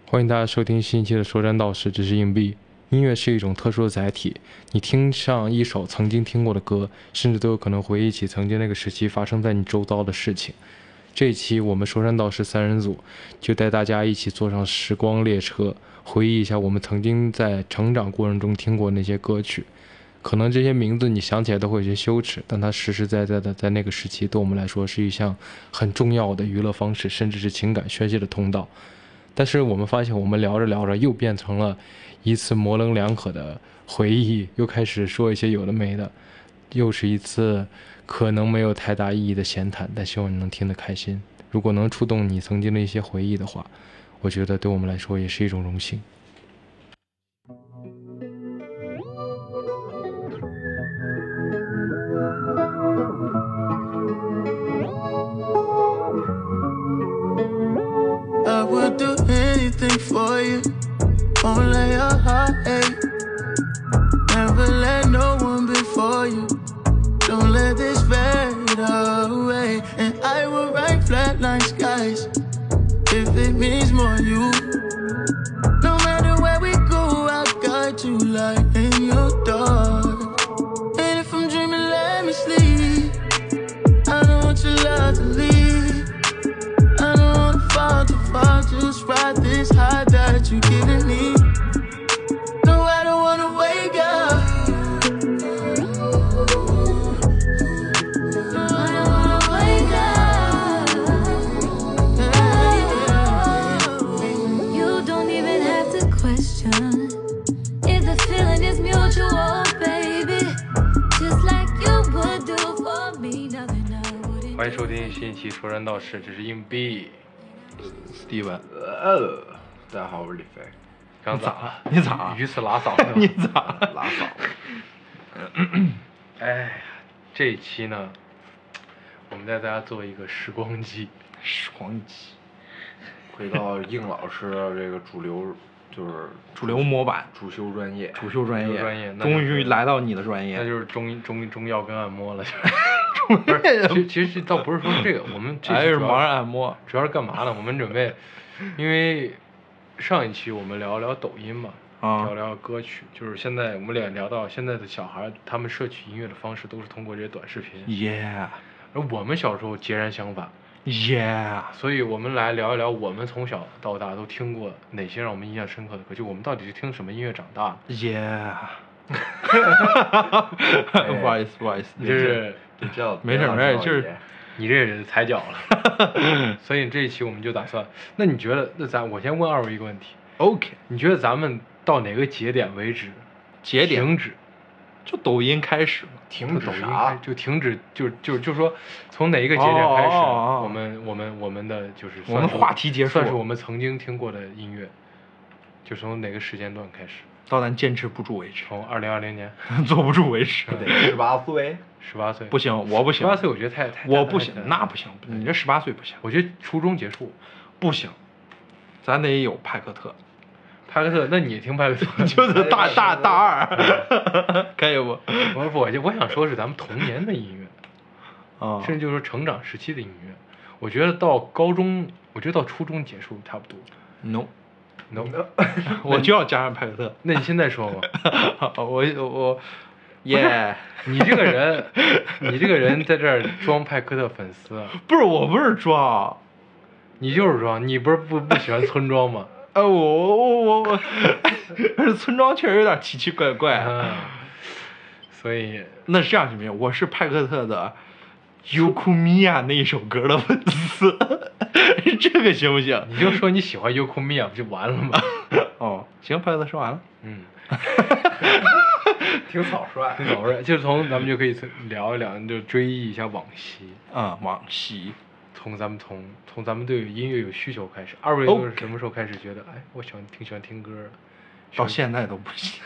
欢迎大家收听新一期的说山道士，这是硬币。音乐是一种特殊的载体，你听上一首曾经听过的歌，甚至都有可能回忆起曾经那个时期发生在你周遭的事情。这一期我们说山道士三人组就带大家一起坐上时光列车，回忆一下我们曾经在成长过程中听过那些歌曲。可能这些名字你想起来都会有些羞耻，但它实实在在的在那个时期对我们来说是一项很重要的娱乐方式，甚至是情感宣泄的通道。但是我们发现我们聊着聊着又变成了一次模棱两可的回忆，又开始说一些有的没的，又是一次可能没有太大意义的闲谈，但希望你能听得开心。如果能触动你曾经的一些回忆的话，我觉得对我们来说也是一种荣幸。 I would do anything for you, won't let your heart ache. Never let no one before you, don't let this fade away. And I will write flatline skies, if it means more you. No matter where we go, I got you like in your dark. And if I'm dreaming, let me sleep. I don't want your love to leave.I don't wanna fall too far, just ride this high that you're giving me. No, I don't wanna wake up. No, I don't wanna wake up. You don't even have to question if the feeling is mutual, baby. Just like you would do for me, nothing I wouldn't. 欢迎收听新一期说山道士，这是硬币。 Steven，大家好，我是李飞。 刚咋了？ 你咋了？ 鱼刺拉嗓子。 你咋了？拉嗓子。 哎，这一期呢，我们带大家做一个时光机。 时光机， 回到应老师的这个主流，就是主流模板， 主修专业， 主修专业， 那就是终于来到你的专业， 那就是中药跟按摩了。不是，其实倒不是说这个，我们这还是盲人按摩， 主要是干嘛呢？我们准备，因为上一期我们聊聊抖音嘛，聊聊歌曲，就是现在我们俩聊到现在的小孩，他们摄取音乐的方式都是通过这些短视频。而我们小时候截然相反。所以我们来聊一聊我们从小到大都听过哪些让我们印象深刻的歌，就我们到底是听什么音乐长大的。 不好意思， 就是没事，就是你这人踩脚了。所以这一期我们就打算，那你觉得，我先问二位一个问题 ，OK， 你觉得咱们到哪个节点为止？停止？ 就抖音开始嘛？ 停止啥？就停止，就说从哪一个节点开始，我们的就是我们话题结束， 算是我们曾经听过的音乐，就从哪个时间段开始？ 到咱坚持不住为止。 从2020年坐不住为止。 得18岁。 18岁不行，我不行。 18岁我觉得太我不行，那不行，你这18岁不行。 我觉得初中结束不行，咱得有派克特。 那你听派克特就是大二，可以不？ 我想说是咱们童年的音乐，甚至就是说成长时期的音乐。我觉得到高中，我觉得到初中结束差不多。 No， 我就要加上派克特。 那你现在说吧。 我你这个人在这儿装派克特粉丝。 不是，我不是装， 你就是装。你不是不喜欢村庄吗？ 我村庄确实有点奇奇怪怪。 所以那这样行不行？我是派克特的优酷米娅那一首歌的粉丝，这个行不行？ 你就说你喜欢优酷米娅不就完了吗？ 行，派克特说完了。 挺草率， 就从咱们就可以聊一聊，就追忆一下往昔。 往昔。 从咱们对音乐有需求开始，二位都是什么时候开始觉得，哎，我挺喜欢听歌的？ 到现在都不行，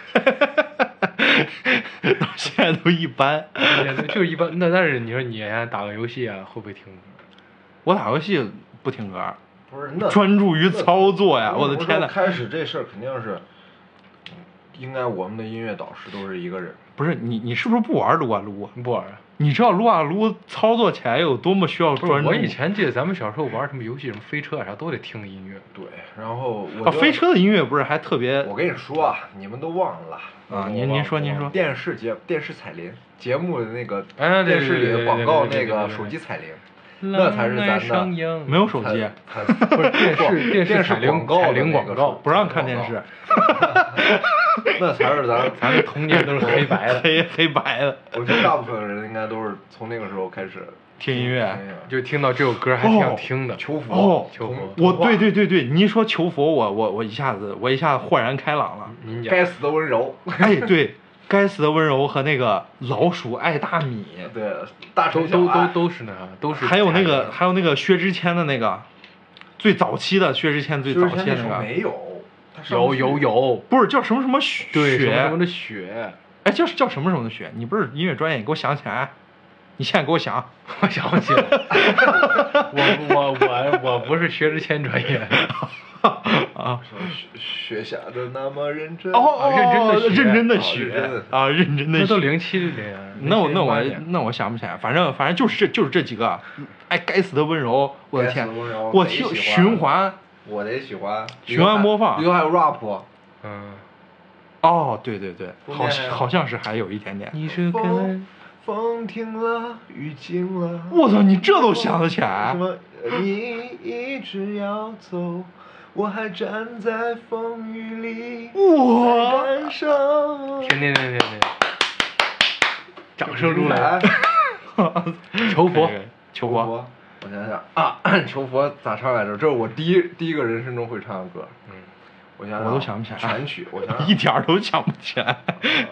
到现在都一般， 就是一般。那但是你说你打个游戏啊，会不会听歌？ 我打游戏不听歌， 不是那专注于操作呀！我的天呐， 开始这事儿肯定是，应该我们的音乐导师都是一个人。 不是你是不是不玩撸啊撸？ 不玩。 你知道撸啊撸操作起来有多么需要不是专注？ 我以前记得咱们小时候玩什么游戏，什么飞车啊啥都得听音乐。 对，然后飞车的音乐不是还特别？ 我跟你说啊，你们都忘了啊！您说。 电视彩铃节目的那个哎电视里的广告那对个手机彩铃，那才是咱的。 没有手机， 不是电视彩铃广告不让看电视。 那才是咱的童年都是黑白的， 黑白的。 我觉得大部分人应该都是从那个时候开始听音乐， 就听到这首歌还挺想听的。 求佛哦， 求佛。 我对，你一说求佛，我一下子豁然开朗了。 该死的温柔。 哎，对，该死的温柔和那个老鼠爱大米， 对，大城小爱都是那啥，都是。 还有那个薛之谦的那个，最早期的薛之谦最早期的那个没有。 有， 不是叫什么雪？ 对，什么的雪？ 哎，叫什么的雪？你不是音乐专业，你给我想起来。你现在给我想， 我想不起来。我不是薛之谦专业啊。 雪下的那么认真。 认真的雪啊，认真的雪。 那都07年。 那我想不起来，反正就是这几个。哎，该死的温柔，我的天，我听循环。 我得喜欢循环播放， 里头还有 rap。 哦，对，好像是还有一点点。 你是风停了，雨静了。 我操，你这都想得起来？ 什么？你一直要走，我还站在风雨里。 哇！ 感受。 天，掌声如来。求佛。 我想想啊，求佛咋唱来着？这是我第一个人生中会唱的歌。我都想不起来全曲，我想一点都想不起来。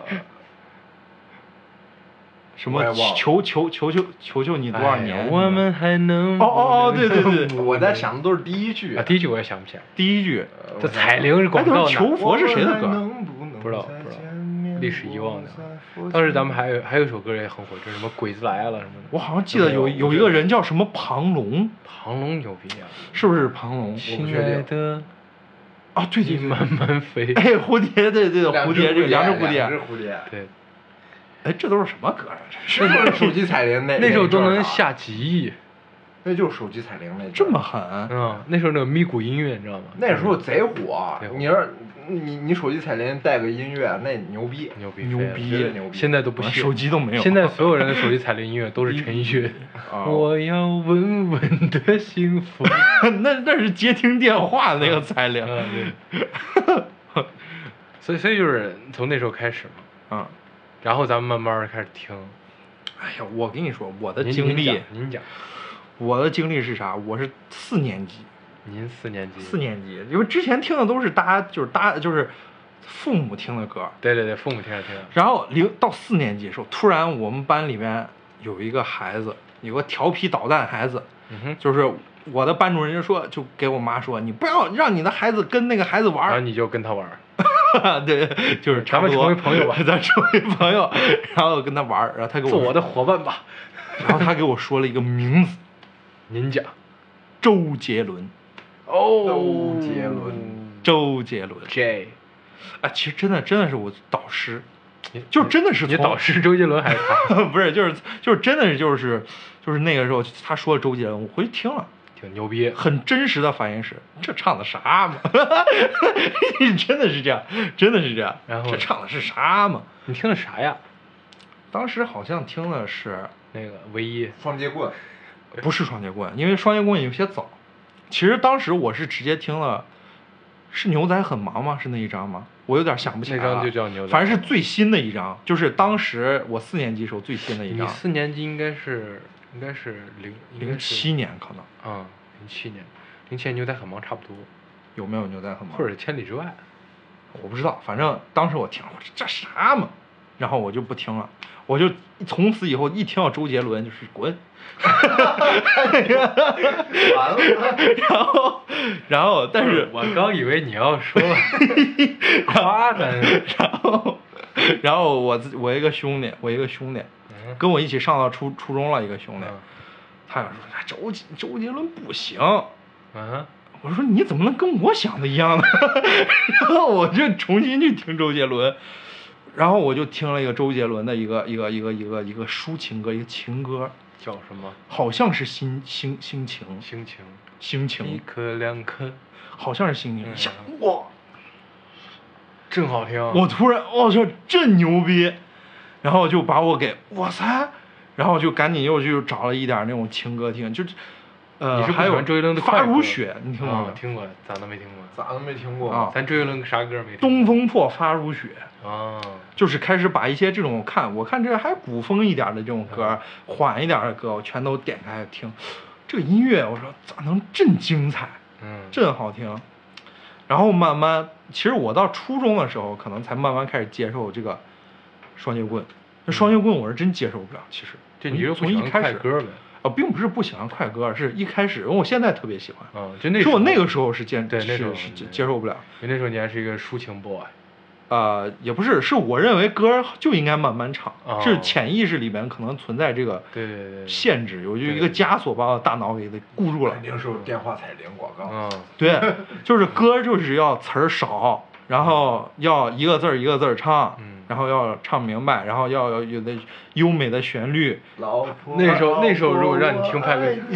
什么求你多少年？ 我们还能对， 我在想的都是第一句啊，第一句我也想不起来。 第一句， 这彩铃是广告的。 求佛是谁的歌？ 不知道，历史遗忘的。当时咱们还有一首歌也很火，就是什么鬼子来了什么的。 我好像记得有一个人叫什么庞龙。 庞龙牛逼啊！ 是不是庞龙？ 亲爱的。 啊，对， 慢慢飞。 哎，蝴蝶，对，蝴蝶，这个两只蝴蝶， 对。 哎，这都是什么歌啊？ 这是手机彩铃那时候都能下几亿。 那就是手机彩铃那这么狠？ 那时候那个咪咕音乐你知道吗？ 那时候贼火。你要你手机彩铃带个音乐，那牛逼。 现在都不行， 手机都没有。 现在所有人的手机彩铃音乐都是陈奕迅。我要稳稳的幸福。 那是接听电话的那个彩铃。 对。所以就是从那时候开始嘛。然后咱们慢慢开始听。 哎呀，我跟你说，我的经历， 您讲。 我的经历是啥？我是4年级。 您4年级 ？4年级，因为之前听的都是就是父母听的歌。 对，父母听着听。 然后到4年级的时候，突然我们班里面有一个孩子，有个调皮捣蛋孩子，就是我的班主任就给我妈说，你不要让你的孩子跟那个孩子玩。 然后你就跟他玩。 对，就是咱们成为朋友吧， 咱成为朋友，然后跟他玩，然后他给我做我的伙伴吧， 然后他给我说了一个名字， 您讲， 周杰伦。周杰伦 J， 啊，其实真的是我导师，就真的是你导师周杰伦还是他？ 不是，就是真的是就是那个时候他说周杰伦，我回去听了。 挺牛逼， 很真实的反应是这唱的啥嘛？真的是这样。 然后这唱的是啥嘛？ 你听的啥呀？ 当时好像听的是那个唯一双截棍， 不是双截棍，因为双截棍有些早。其实当时我是直接听了，是牛仔很忙吗？是那一张吗？我有点想不起来了。 那张就叫牛仔， 反正是最新的一张，就是当时我4年级时候最新的一张。 你4年级应该是 07年可能。 07年，07年牛仔很忙差不多。 有没有牛仔很忙？ 或者千里之外？ 我不知道，反正当时我听，我说这啥嘛，然后我就不听了，我就从此以后一听到周杰伦就是滚。 完了。 然后，但是我刚以为你要说夸赞， 然后我一个兄弟，跟我一起上到初中了一个兄弟，他说周杰伦不行。我说你怎么能跟我想的一样呢？然后我就重新去听周杰伦， 然后我就听了一个周杰伦的一个抒情歌，一个情歌， 叫什么？ 好像是心情， 心情，一颗两颗， 好像是心情。一下哇， 真好听！ 我突然我说真牛逼，然后就把我给哇塞，然后就赶紧又去找了一点那种情歌听，就你是不还有喜欢周杰伦的发快歌如雪，你听过没有？ 听过，咋都没听过？ 咋都没听过啊？ 咱周杰伦啥歌没听过？ 东风破发如雪啊， 就是开始把一些这种我看这还古风一点的这种歌，缓一点的歌，我全都点开听。这个音乐我说咋能真精彩？真好听。然后慢慢，其实我到初中的时候，可能才慢慢开始接受这个双截棍。那双截棍我是真接受不了，其实。 就你就从一开始歌呗。 并不是不喜欢快歌，是一开始，因为我现在特别喜欢。 就那时候。 我那个时候是对那时候是接受不了。 因为那时候你还是一个抒情 boy。 也不是，是我认为歌就应该慢慢唱，是潜意识里面可能存在这个限制，有一个枷锁把我大脑给固住了。 肯定是有电话彩铃广告。 对，就是歌就是要词儿少，然后要一个字儿一个字儿唱，然后要唱明白，然后要有的优美的旋律。 老婆， 那时候如果让你听派对，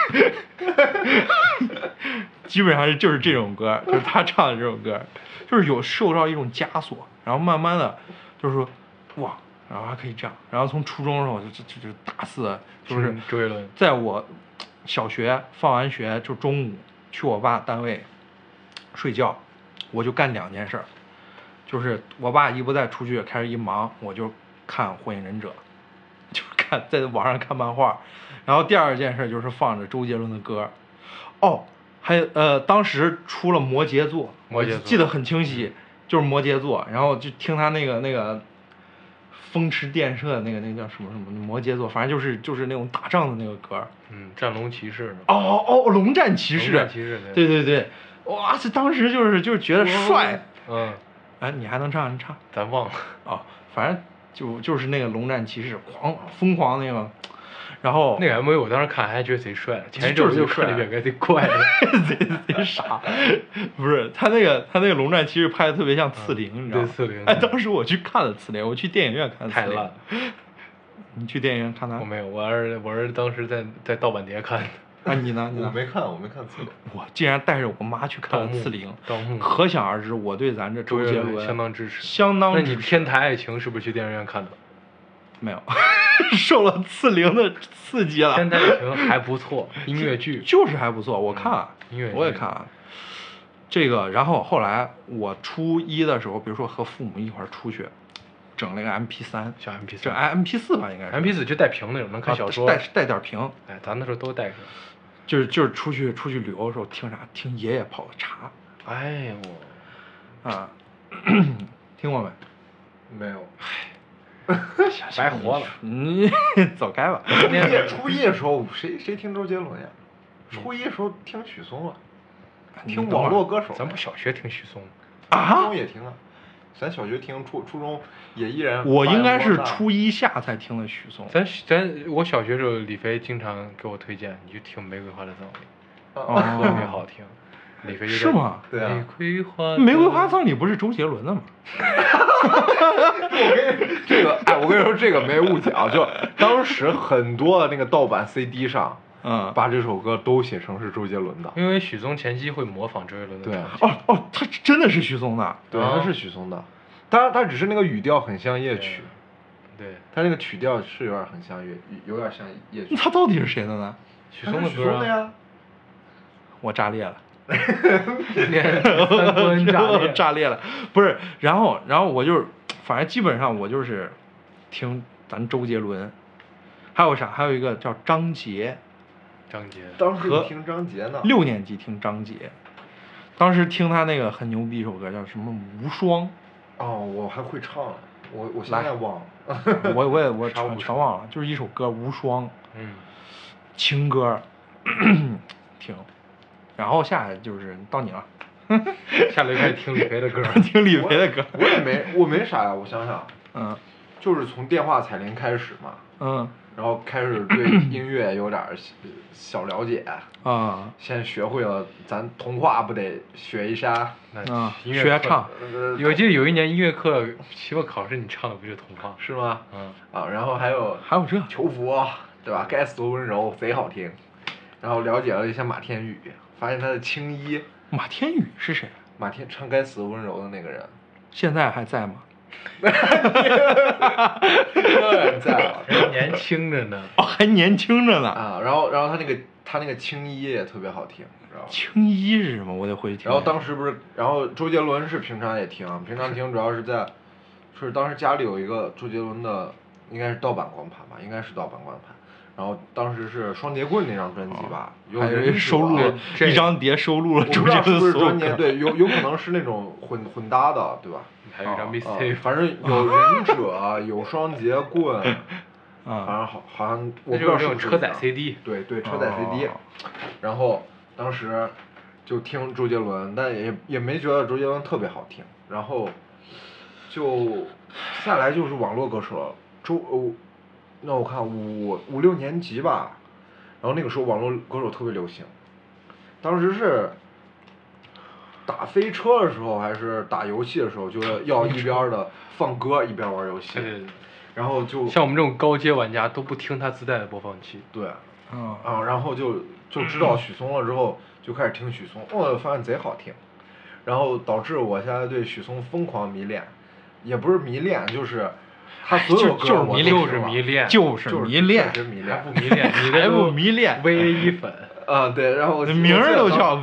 基本上就是这种歌，就是他唱的这种歌。就是有受到一种枷锁，然后慢慢的，就是说，哇，然后还可以这样，然后从初中的时候就大肆，就是周杰伦， 在我小学放完学就中午去我爸单位睡觉，我就干2件事，就是我爸一不在出去，开始一忙，我就看《火影忍者》，就是在网上看漫画，然后第2件事就是放着周杰伦的歌，还当时出了摩羯座，我记得很清晰，就是摩羯座，然后就听他那个风驰电掣的那个叫什么摩羯座，反正就是那种打仗的那个歌， 战龙骑士。 龙战骑士，对，哇，这当时就是觉得帅，你还能唱，你唱， 咱忘了反正就是那个龙战骑士，疯狂那个。然后那个 MV 我当时看还觉得贼帅，前一阵又看了一遍，贼怪的， 贼傻。不是他那个龙战骑士拍的特别像刺陵，你知道吗？ 刺陵。 当时我去看了刺陵，我去电影院看刺陵。 太烂。 你去电影院看他？ 我没有，我是当时在盗版碟看的。 你呢？ 我没看刺陵。 我竟然带着我妈去看了刺陵，可想而知我对咱这周杰伦相当支持。 那你天台爱情是不是去电影院看的？ 没有。受了刺陵的刺激了。 天台爱情还不错，音乐剧就是还不错，我看了， 音乐剧我也看了。这个，然后后来我初1的时候，比如说和父母一块儿出去，整了个 MP3， 小 MP3， 这 MP4吧应该是。 MP4 就带屏那种，能看小说。 带点屏。 咱那时候都带着。 就是出去旅游的时候听啥？听爷爷泡的茶。 哎呦， 听过没？ 没有。 白活了， 你走开吧。 初一的时候谁听周杰伦呀？初一的时候听许嵩啊，听网络歌手。 咱不小学听许嵩初中也听啊，咱小学听，初中也依然。 我应该是初1下才听的许嵩。 我小学时候李飞经常给我推荐，你就听《玫瑰花的葬礼》，特别好听。李飞是吗？ 对啊。 玫瑰花葬礼不是周杰伦的吗？ 我跟你说，这个没误解啊！就当时很多的那个盗版 CD 上，把这首歌都写成是周杰伦的， 因为许嵩前期会模仿周杰伦的。 对。 他真的是许嵩的。 对，他是许嵩的。他只是那个语调很像夜曲。 对。 他那个曲调是有点很像有点像夜曲。 他到底是谁的呢？ 许嵩的歌。许嵩的呀。 我炸裂了。 炸裂了，不是，然后我就是，反正基本上我就是听咱周杰伦，还有啥？还有一个叫张杰。 当时听张杰呢。 6年级听张杰，当时听他那个很牛逼一首歌叫什么《无双》。 我还会唱，我现在忘了。 我全忘了，就是一首歌《无双》。情歌，听。然后下来就是到你了， 下来开始听李飞的歌， 听李飞的歌。 我没啥呀，我想想， 就是从电话彩铃开始嘛，然后开始对音乐有点小了解啊， 现在学会了，咱童话不得学一下啊， 音乐学唱。 我记得有一年音乐课期末考试，你唱的不是童话是吗？ 啊， 然后还有这求佛，对吧？该死多温柔，贼好听。然后了解了一下马天宇，发现他的青衣。 马天宇是谁？ 马天唱《该死的温柔》的那个人， 现在还在吗？ 当然在了， 人年轻着呢。 哦，还年轻着呢啊！然后他那个青衣也特别好听，知道吧？ 青衣是什么？我得回去听。 然后当时不是，然后周杰伦是平常也听，平常听主要是是当时家里有一个周杰伦的，应该是盗版光盘吧，应该是盗版光盘。然后当时是双截棍那张专辑吧， 还有收录一张碟收录了周杰伦所有歌，对，有可能是那种混搭的，对吧？ 还有一张 mixtape， 反正有忍者，有双截棍，反正好像我不知道是不是车载 CD， 对，车载 CD，然后当时就听周杰伦，但也没觉得周杰伦特别好听，然后就下来就是网络歌手了，那我看5、6年级吧，然后那个时候网络歌手特别流行，当时是打飞车的时候还是打游戏的时候，就要一边的放歌一边玩游戏，然后就像我们这种高阶玩家都不听他自带的播放器， 对，然后就知道许嵩了之后，就开始听许嵩，发现贼好听，然后导致我现在对许嵩疯狂迷恋，也不是迷恋，就是他所有歌就是迷恋，就是迷恋， 就是迷恋， 还不迷恋，你还不迷恋 VAE 粉对，然后名儿都叫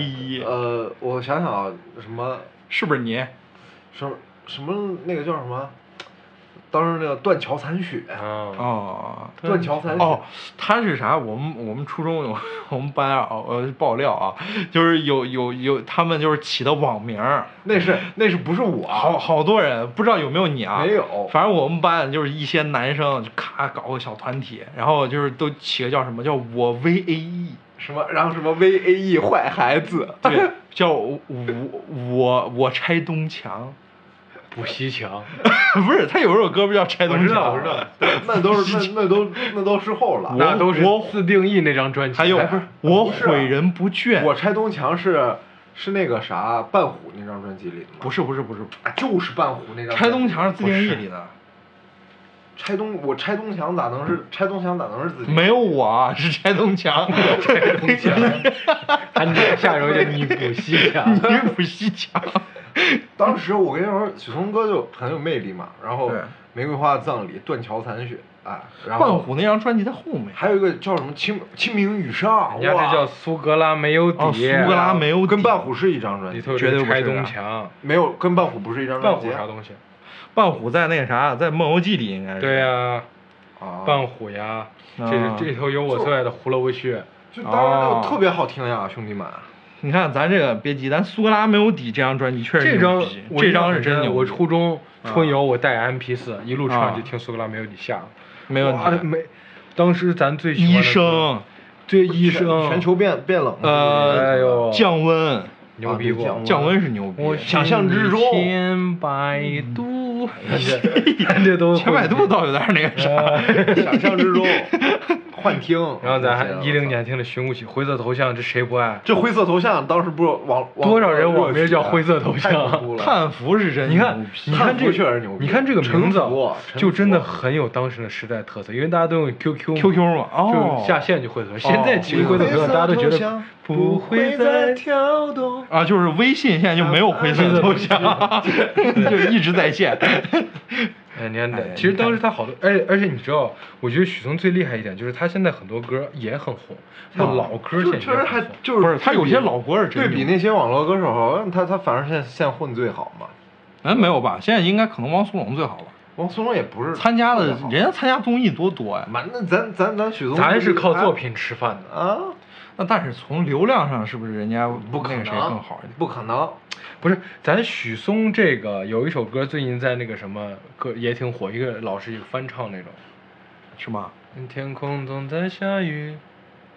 VAE， 我想想啊，什么是不是你？ 什么那个叫什么？当时那个断桥残雪断桥残雪他是啥？我们初中我们班爆料啊，就是有他们就是起的网名， 那是不是我？ 好多人不知道有没有你啊？ 没有， 反正我们班就是一些男生就咔搞个小团体，然后就是都起个叫什么叫我 VAE 什么，然后什么 VAE 坏孩子， 对，叫我拆东墙。 补西墙， 不是他有首歌不叫拆东墙？ 我知道， 那都是后了， 那都是自定义那张专辑。 还有不是我毁人不倦， 我拆东墙是那个啥半虎那张专辑里的吗？ 不是， 就是半虎那张。 拆东墙是自定义里的。 我拆东墙咋能是自己？ 没有我是拆东墙， 拆东墙。他下周就你补西墙， 你补西墙。 当时我跟你说，许嵩哥就很有魅力嘛，然后玫瑰花的葬礼、断桥残雪，然后半虎那张专辑在后面， 还有一个叫什么清明雨上， 人家这叫苏格拉没有底， 苏格拉没有底， 跟半虎是一张专辑， 绝对拆东墙， 没有跟半虎不是一张专辑。 半虎啥东西？ 半虎在那个啥，在《梦游记》里应该是。 对呀，半虎呀，这头有我最爱的胡萝卜血， 就当时那个特别好听呀，兄弟们。 你看咱这个别急，咱苏格拉没有底这张专辑确实这张是真的。 我初中春游我带 MP4一路唱就听苏格拉没有底下， 没问题。 当时咱最喜欢医生， 对医生， 全球变冷， 哎呦， 降温。 牛逼过， 降温是牛逼。 想象之中， 千百度，这都千百度倒有点那个啥， 想象之中，幻听。 然后咱还10年听的寻不起灰色头像，这谁不爱？ 这灰色头像当时不是多少人网名叫灰色头像？ 汉服是真， 你看这个确实牛逼， 你看这个名字就真的很有当时的时代特色，因为大家都用 QQ 嘛， 就下线就灰色头像。现在起个灰色头像，大家都觉得不会再跳动。 就是微信现在就没有灰色头像，就一直在线。 年代，其实当时他好多，而且你知道，我觉得许嵩最厉害一点就是他现在很多歌也很红，他老歌现在确实还就是不是他有些老歌是真对比那些网络歌手，他反正现在混最好嘛。 没有吧？现在应该可能汪苏泷最好吧？ 汪苏泷也不是参加的，人家参加综艺多呀。 那咱许嵩， 咱是靠作品吃饭的啊。 那但是从流量上是不是人家不可能谁更好一点？ 不可能， 不是咱许嵩这个有一首歌最近在那个什么歌也挺火，一个老师翻唱那种， 是吗？ 天空总在下雨，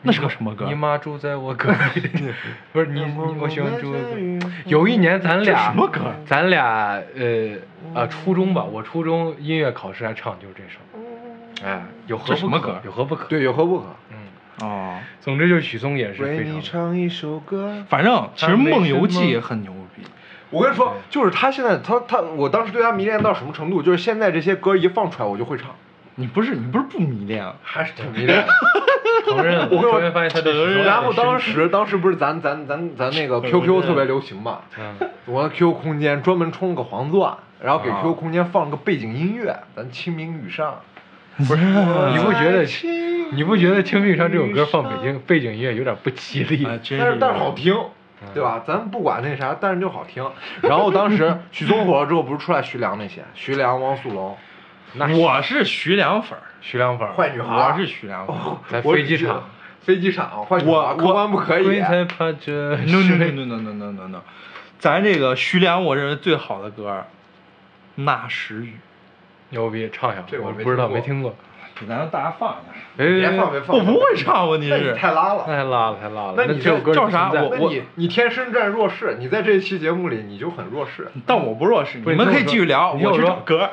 那是个什么歌？ 你妈住在我隔壁，不是你我喜欢住。有一年咱俩什么歌？ 咱俩初中吧，我初中音乐考试还唱就是这首。哎，有何不可？有何不可？ 对，有何不可？ 哦， 总之就是许嵩也是为非常。 你唱一首歌。 反正其实《梦游记》也很牛逼。 我跟你说，就是他现在我当时对他迷恋到什么程度？就是现在这些歌一放出来，我就会唱。 你不是不迷恋啊？ 还是挺迷恋的。 承认了，我后来发现他的。 然后当时不是咱那个 QQ 特别流行嘛？我的 QQ 空间专门充了个黄钻，然后给 QQ 空间放了个背景音乐，咱清明雨上。 不是，你不觉得清明雨上这首歌放背景音乐有点不吉利？ 但是好听。对吧？咱不管那啥，但是就好听。然后当时许嵩火了之后，不是出来徐良那些，徐良、汪苏泷。 我是徐良粉， 坏女孩。 我是徐良粉， 在飞机场， 坏女孩，客观不可以。 才怕这 no， 咱这个徐良，我认为最好的歌，那时雨， 牛逼，唱一下。我不知道，没听过。 给咱大家放一下。 别放。 我不会唱，问题是太拉了。 那你这首歌叫啥？ 你天生占弱势，你在这一期节目里你就很弱势。 但我不弱势，你们可以继续聊。我去找歌。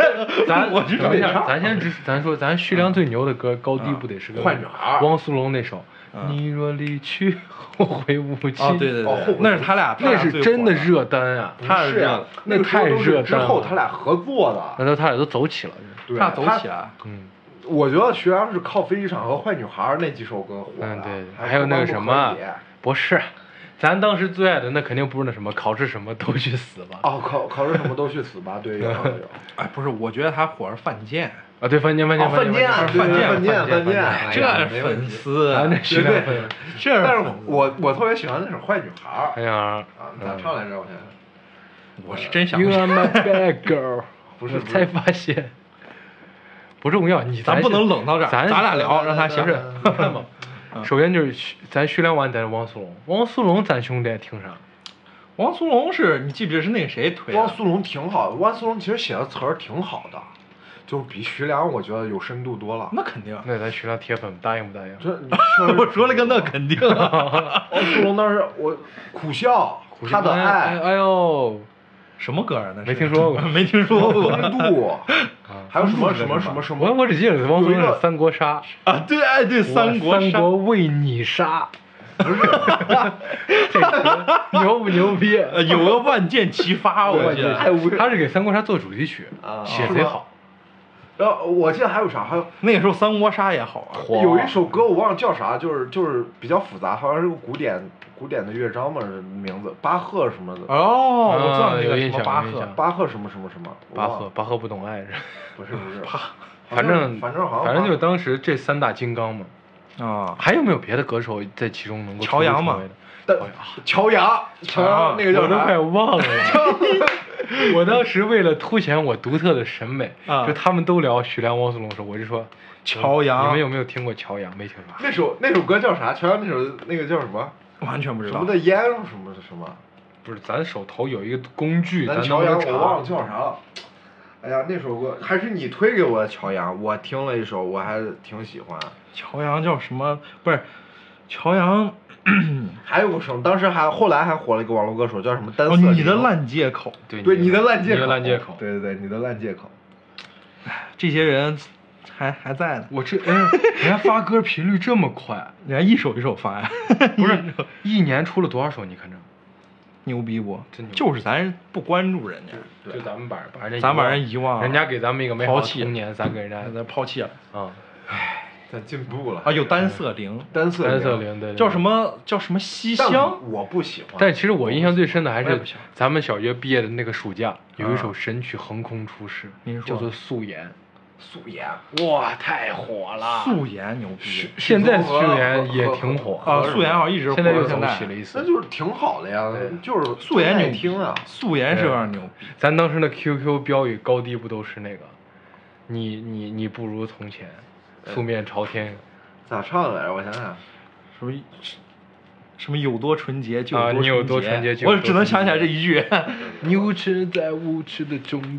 咱说咱徐良最牛的歌，高低不得是个坏女孩。 汪苏泷那首。你若离去，后会无期。 哦，对，那是他俩， 那是真的热单啊！ 他是那太热单。 之后他俩合作的， 那他俩都走起了。 他走起来。 我觉得徐良是靠《飞机场》和《坏女孩》那几首歌火的。 对，还有那个什么，不是，咱当时最爱的那肯定不是那什么考试什么都去死吧。 哦，考试什么都去死吧，对，有。 哎，不是，我觉得他火是犯贱。 啊，对，犯贱， 这粉丝， 那徐良粉， 但是我特别喜欢那首《坏女孩》。 哎呀， 咋唱来着？我想想， 我是真想。 You are my bad girl， 不是， 才发现。不重要， 咱不能冷到这儿，咱俩聊，让他想想。你看吧，首先就是咱徐良完，咱是汪苏泷，咱兄弟听啥？ 汪苏泷是你记不记得是那个谁推的？ 汪苏泷挺好的，汪苏泷其实写的词儿挺好的，就比徐良我觉得有深度多了。 那肯定。 那咱徐良铁粉答应不答应？ 我说了个那肯定。 汪苏泷当时我苦笑，他的爱， 哎呦。 什么歌啊？那没听说过， 没听说过。风度，还有什么？ 我只记得汪苏泷是三国杀啊，对，哎对，三国为你杀，不是，这牛不牛逼？ 有个万箭齐发，我记得。 他是给三国杀做主题曲，写贼好。 然后我记得还有啥？还有那个时候三国杀也好啊。 有一首歌我忘了叫啥，就是比较复杂，好像是个古典的乐章嘛，名字巴赫什么的。 哦，我知道那个什么巴赫什么。 巴赫不懂爱是？ 不是。 反正好像就当时这三大金刚嘛。 啊， 还有没有别的歌手在其中能够？ 乔阳嘛。 乔阳那个叫啥？ 我都快忘了。我当时为了凸显我独特的审美，就他们都聊徐良、汪苏泷的时候，我就说乔阳。 你们有没有听过乔阳？没听说。 那首歌叫啥？乔阳那个叫什么？ 完全不知道。 什么的烟什么？ 不是，咱手头有一个工具，咱乔阳我忘了叫啥了。哎呀，那首歌还是你推给我的乔阳，我听了一首，我还挺喜欢。 乔阳叫什么？不是，乔阳。 还有个什么？当时后来还火了一个网络歌手，叫什么？单色。 你的烂借口。 对，你的烂借口。 对，你的烂借口。 这些人还在呢。 人家发歌频率这么快， 人家一首一首发呀。 不是，一年出了多少首？你看着。 牛逼不？就是咱不关注人家，就咱们把人遗忘， 人家给咱们一个美好的童年，咱给人家抛弃了。 唉。咱进步了啊！有单色铃， 单色铃，对， 叫什么西厢？ 我不喜欢。 但其实我印象最深的还是咱们小学毕业的那个暑假，有一首神曲横空出世，叫做《素颜》。 素颜， 哇，太火了！ 素颜牛逼， 现在素颜也挺火啊。素颜好像一直火， 现在又走起了一次， 那就是挺好的呀。就是素颜牛听啊， 素颜是有点牛逼。 咱当时的 QQ 标语高低不都是那个？你不如从前。素面朝天， 咋唱来着？我想想， 什么有多纯洁就你有多纯洁， 我只能想起来这一句。 你无耻在无耻的中央，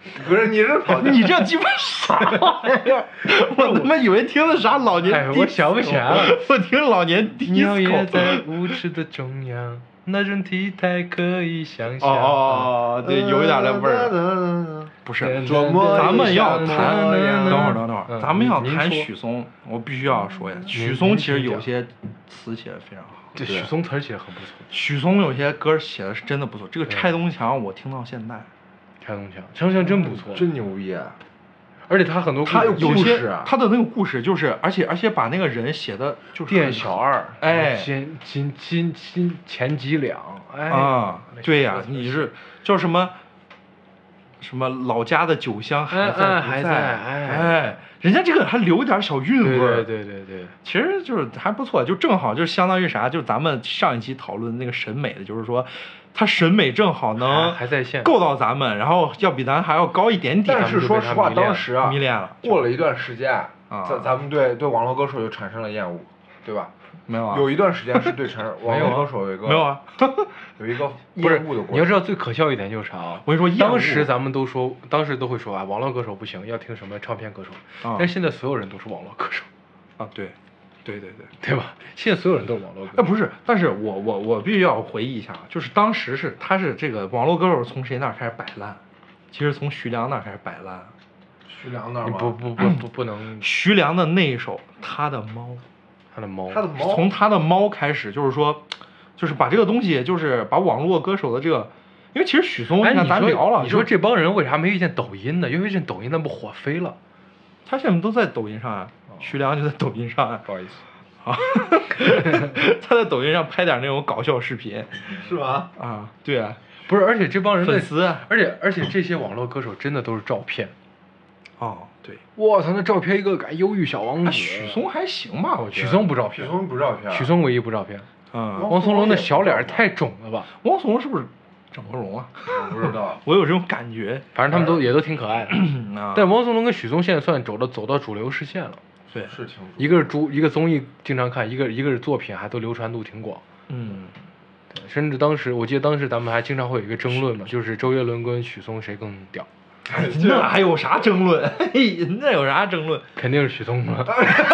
不是你是跑调， 你这鸡巴啥玩意儿？我他妈以为听的啥老年哎，我想不起来了。 我听老年鸟也 disco。 在舞池的中央，那种体态可以想象。 哦，对，有一点那味儿。 儿。 不是， 琢磨咱们要一下谈， 模样等会儿， 嗯咱们要谈您说许嵩，我必须要说一下，许嵩其实有些词写的非常好。 这许嵩词儿写的很不错。 许嵩有些歌写的是真的不错，这个拆东墙我听到现在， 拆东墙，拆东墙真不错， 真牛逼啊！ 而且他很多故事他有有些故事啊他的那个故事就是，而且把那个人写的就是店小二， 哎钱几两，哎啊，对呀， 那你是叫什么？什么老家的酒香还在不还在哎，人家这个还留点小韵味儿， 对， 其实就是还不错，就正好就相当于啥，就是咱们上一期讨论的那个审美的，就是说他审美正好能还在线够到咱们，然后要比咱还要高一点点。 但是说实话，当时啊， 迷恋了， 过了一段时间， 啊咱们对网络歌手就产生了厌恶，对吧？ 没有啊？ 有一段时间是对网络歌手有一个没有啊？ 有一个不是厌恶的过程。 你要知道最可笑一点就是啥啊？ 我跟你说厌恶当时咱们都说，当时都会说啊，网络歌手不行，要听什么唱片歌手。但是现在所有人都是网络歌手啊，对吧？现在所有人都是网络歌手。 不是，但是我必须要回忆一下，就是当时他是这个网络歌手从谁那儿开始摆烂？其实从徐良那儿开始摆烂。 徐良那儿吗？ 不能。 徐良的那一首《他的猫》。 他的猫， 从他的猫开始，就是说，就是把这个东西，就是把网络歌手的这个，因为其实许嵩，你看咱聊了， 你说这帮人为啥没遇见抖音呢？因为这抖音那不火飞了， 他现在都在抖音上啊，徐良就在抖音上啊， 不好意思啊，他在抖音上拍点那种搞笑视频， 是吗？ 啊，对啊， 不是，而且这帮人粉丝， 而且这些网络歌手真的都是照片。 哦，对， 我操，那照片一个改忧郁小王子。 许嵩还行吧，我觉得。 许嵩不照片， 许嵩不照片， 许嵩唯一不照片。 王松龙的小脸太肿了吧？ 王松龙是不是整过容啊？ 我不知道， 我有这种感觉。 反正他们也都挺可爱的。但王松龙跟许嵩现在算走到主流视线了。 对， 是挺。 一个是综艺经常看，一个是作品还都流传度挺广。对，甚至我记得当时咱们还经常会有一个争论嘛，就是周杰伦跟许嵩谁更屌。 那还有啥争论？那有啥争论？ 肯定是许嵩嘛。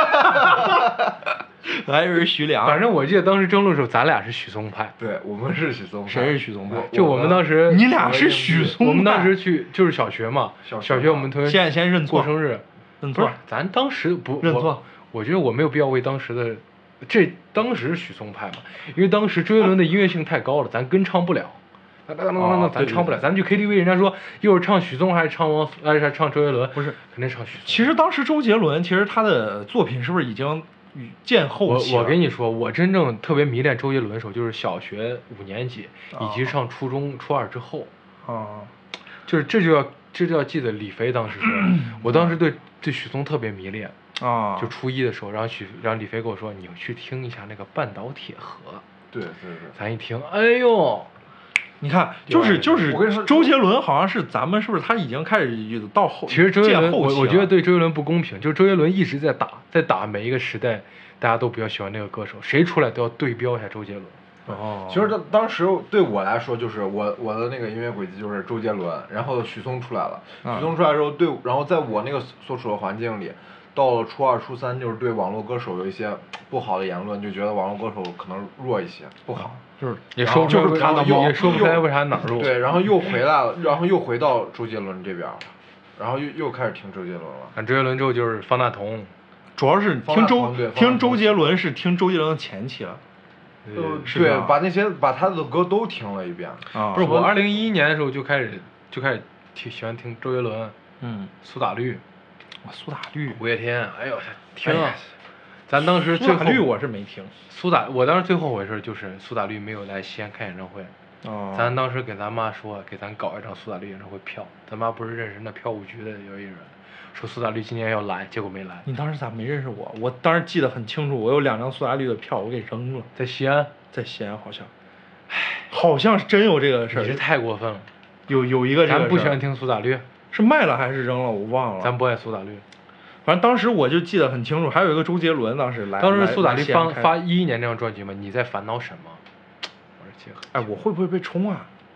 还是徐良？ 反正我记得当时争论的时候，咱俩是许嵩派。 对，我们是许嵩派。 谁是许嵩派？ 就我们当时， 你俩是许嵩派。 我们当时去就是小学嘛，小学我们同学先认错， 过生日， 认错。 咱当时不认错。 我觉得我没有必要为当时的，当时许嵩派嘛，因为当时周杰伦的音乐性太高了，咱跟唱不了。咱唱不了，咱去 KTV， 人家说又是唱许嵩还是唱周杰伦？不是，肯定唱许嵩。 其实当时周杰伦，其实他的作品是不是已经渐后期了？ 我跟你说，我真正特别迷恋周杰伦的时候，就是小学5年级，以及上初中初二之后。就是这就要记得李飞当时说，我当时对许嵩特别迷恋啊。就初一的时候，然后李飞跟我说，你去听一下那个《半岛铁盒》。 对。 咱一听，哎呦。 你看，就是我跟你说，周杰伦好像是咱们是不是他已经开始到后？ 其实周杰伦，我觉得对周杰伦不公平，就是周杰伦一直在打每一个时代，大家都比较喜欢那个歌手，谁出来都要对标一下周杰伦。 其实当时对我来说，就是我的那个音乐轨迹就是周杰伦，然后许嵩出来了，许嵩出来之后然后在我那个所处的环境里，到了初二初三，就是对网络歌手有一些不好的言论，就觉得网络歌手可能弱一些，不好。 就是也说不出来为啥哪儿弱。 对，然后又回来了，然后又回到周杰伦这边了，然后又开始听周杰伦了。 看周杰伦之后就是方大同， 主要是听周杰伦是听周杰伦的前期了。 对，把他的歌都听了一遍。 不是我2011年的时候就开始喜欢听周杰伦，苏打绿，五月天，哎呦听啊。咱当时苏打绿我是没听， 我当时最后悔事就是苏打绿没有来西安开演唱会。咱当时给咱妈说，给咱搞一张苏打绿演唱会票，咱妈不是认识那票务局的有一人，说苏打绿今年要来，结果没来。 你当时咋没认识我？我当时记得很清楚，我有2张苏打绿的票，我给扔了。 在西安好像，好像是真有这个事儿。 你这太过分了。 有一个这个事儿。 咱不喜欢听苏打绿， 是卖了还是扔了？我忘了。 咱不爱苏打绿。 反正当时我就记得很清楚，还有一个周杰伦当时来。 当时苏打绿发11年那张专辑嘛，你在烦恼什么？我说哎，我会不会被冲啊？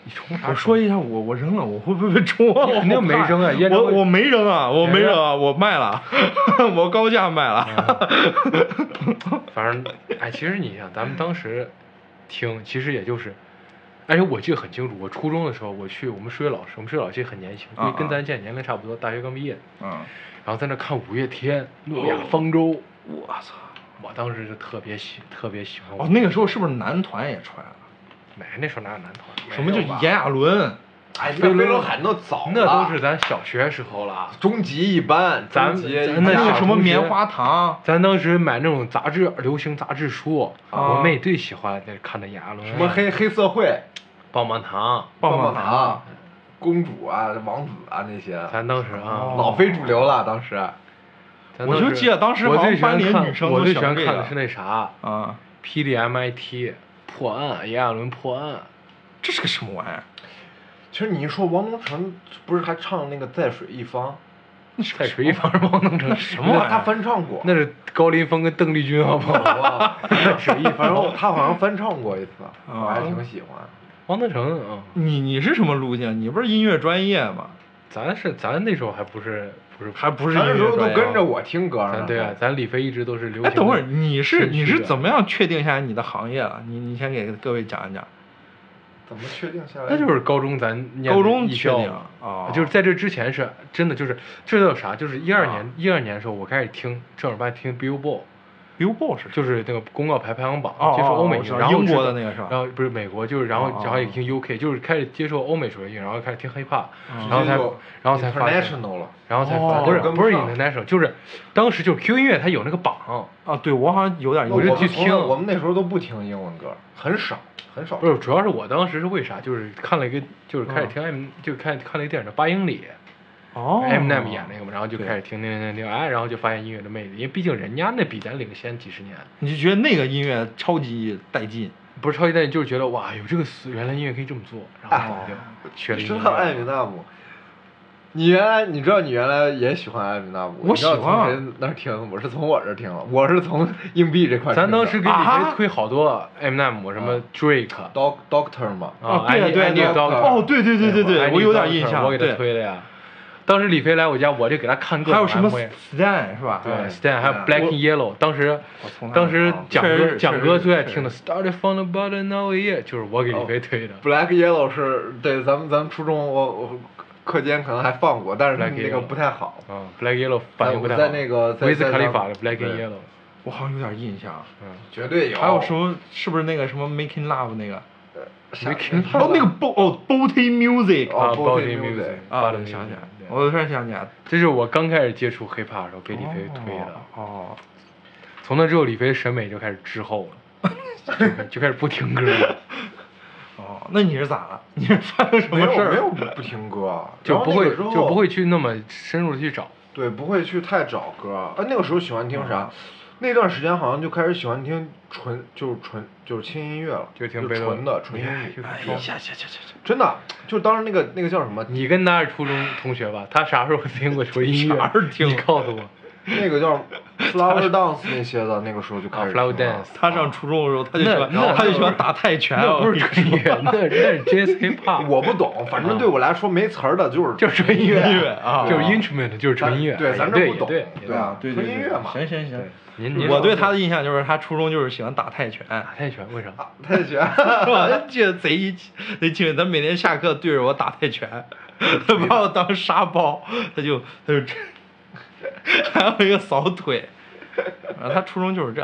你冲啥？ 我说一下，我扔了，我会不会被冲啊？ 肯定没扔啊烟我没扔啊，我没扔啊，我卖了，我高价卖了。 反正，哎，其实你想，咱们当时听，其实也就是，而且我记得很清楚，我初中的时候，我们数学老师，我们数学老师也很年轻，跟咱现在年龄差不多，大学刚毕业。然后在那看五月天、诺亚方舟， 我操！ 我当时就特别喜欢。 哦，那个时候是不是男团也出来了？ 没，那时候哪有男团？ 什么就炎亚纶？ 哎，飞轮海那早了， 那都是咱小学时候了。 终极一班， 咱那个什么棉花糖， 咱当时买那种杂志，流行杂志书，我妹最喜欢看的炎亚纶。 什么黑社会、 棒棒糖、 公主啊、王子啊那些， 咱当时啊老非主流了。当时， 我就记得当时好像班里女生我最喜欢看的是那啥啊，霹雳 MIT 破案，炎亚纶破案， 这是个什么玩意儿？ 其实你一说王东城，不是还唱那个在水一方？ 在水一方是王东城什么玩意儿？ 他翻唱过， 那是高凌风跟邓丽君，好不好？在水一方， 他好像翻唱过一次，我还挺喜欢。 王东城啊， 你是什么路线？你不是音乐专业吗？ 咱那时候还不是音乐专业， 那时候都跟着我听歌呢。 对啊，咱李飞一直都是流行。 哎，等会儿你是怎么样确定下来你的行业了？你先给各位讲一讲。 怎么确定下来？ 那就是高中咱念高中确定啊， 就是在这之前是真的就是这叫啥？就是12年的时候，我开始听正儿八经听 Billboard 是就是那个公告牌排行榜，接受欧美音乐，然后英国的那个是吧？ 然后不是美国，就是然后也听 UK，就是开始接受欧美水音乐，然后开始听 hiphop，然后才发现，然后才不是 international， 就是当时就是 Q 音乐它有那个榜啊，对我好像有点我就去听， 我们那时候都不听英文歌，很少。 不是，主要是我当时是为啥？就是看了一个，就是开始听就看了一个电影叫《8英里》，Eminem 演那个嘛，然后就开始听，哎，然后就发现音乐的魅力，因为毕竟人家那比咱领先几十年。 你就觉得那个音乐超级带劲？ 不是超级带劲，就是觉得哇，有这个原来音乐可以这么做，然后就学了音乐。 说到艾米纳姆，你知道你原来也喜欢艾米纳姆？ 我喜欢。 从谁那儿听？我是从我这儿听了，我是从硬币这块。 咱当时给李飞推好多 Eminem， 什么 Drake、Doctor 嘛。 对，哦，对，我有点印象， 我给他推的呀。当时李飞来我家，我就给他看各种 MV。 还有什么 Stan 是吧？ 对 ，Stan 还有 Black and Yellow。当时蒋哥最爱听的 Started from the bottom now here， 就是我给李飞推的。 Black Yellow 是对咱们初中我课间可能还放过，但是那个不太好。 Black Yellow 反应不太好。 在那个威斯卡利法的 Black and Yellow， 我好像有点印象。 绝对有。 还有什么？是不是那个什么 Making Love 那个？ 那个Booty Music Booty Music 啊，想起来，我突然想起来， 这是我刚开始接触 hiphop 的时候给李飞推的。从那之后，李飞审美就开始滞后了，就开始不听歌了。 那你是咋了？你是犯了什么事儿？ 没有不听歌， 就不会去那么深入的去找。 对，不会去太找歌。那个时候喜欢听啥？那段时间好像就开始喜欢听就是轻音乐了， 就听纯音乐。真的，就当时那个叫什么？ 你跟他是初中同学吧？他啥时候听过纯音乐？ 啥时候听？ 你告诉我。 那个叫 Flower Dance 那些的，那个时候就开始。 Flower Dance。 他上初中的时候，他就喜欢打泰拳。 那不是纯音乐，那是 Jazz Hip Hop。 我不懂，反正对我来说没词儿的就是纯音乐啊，就是 instrument， 就是纯音乐。 对，咱这不懂。 对啊，纯音乐嘛。 行。我对他的印象就是他初中就是喜欢打泰拳。 打泰拳为啥？ 泰拳， 我记得贼清，他每天下课对着我打泰拳，他把我当沙包，他就还有一个扫腿，他初中就是这。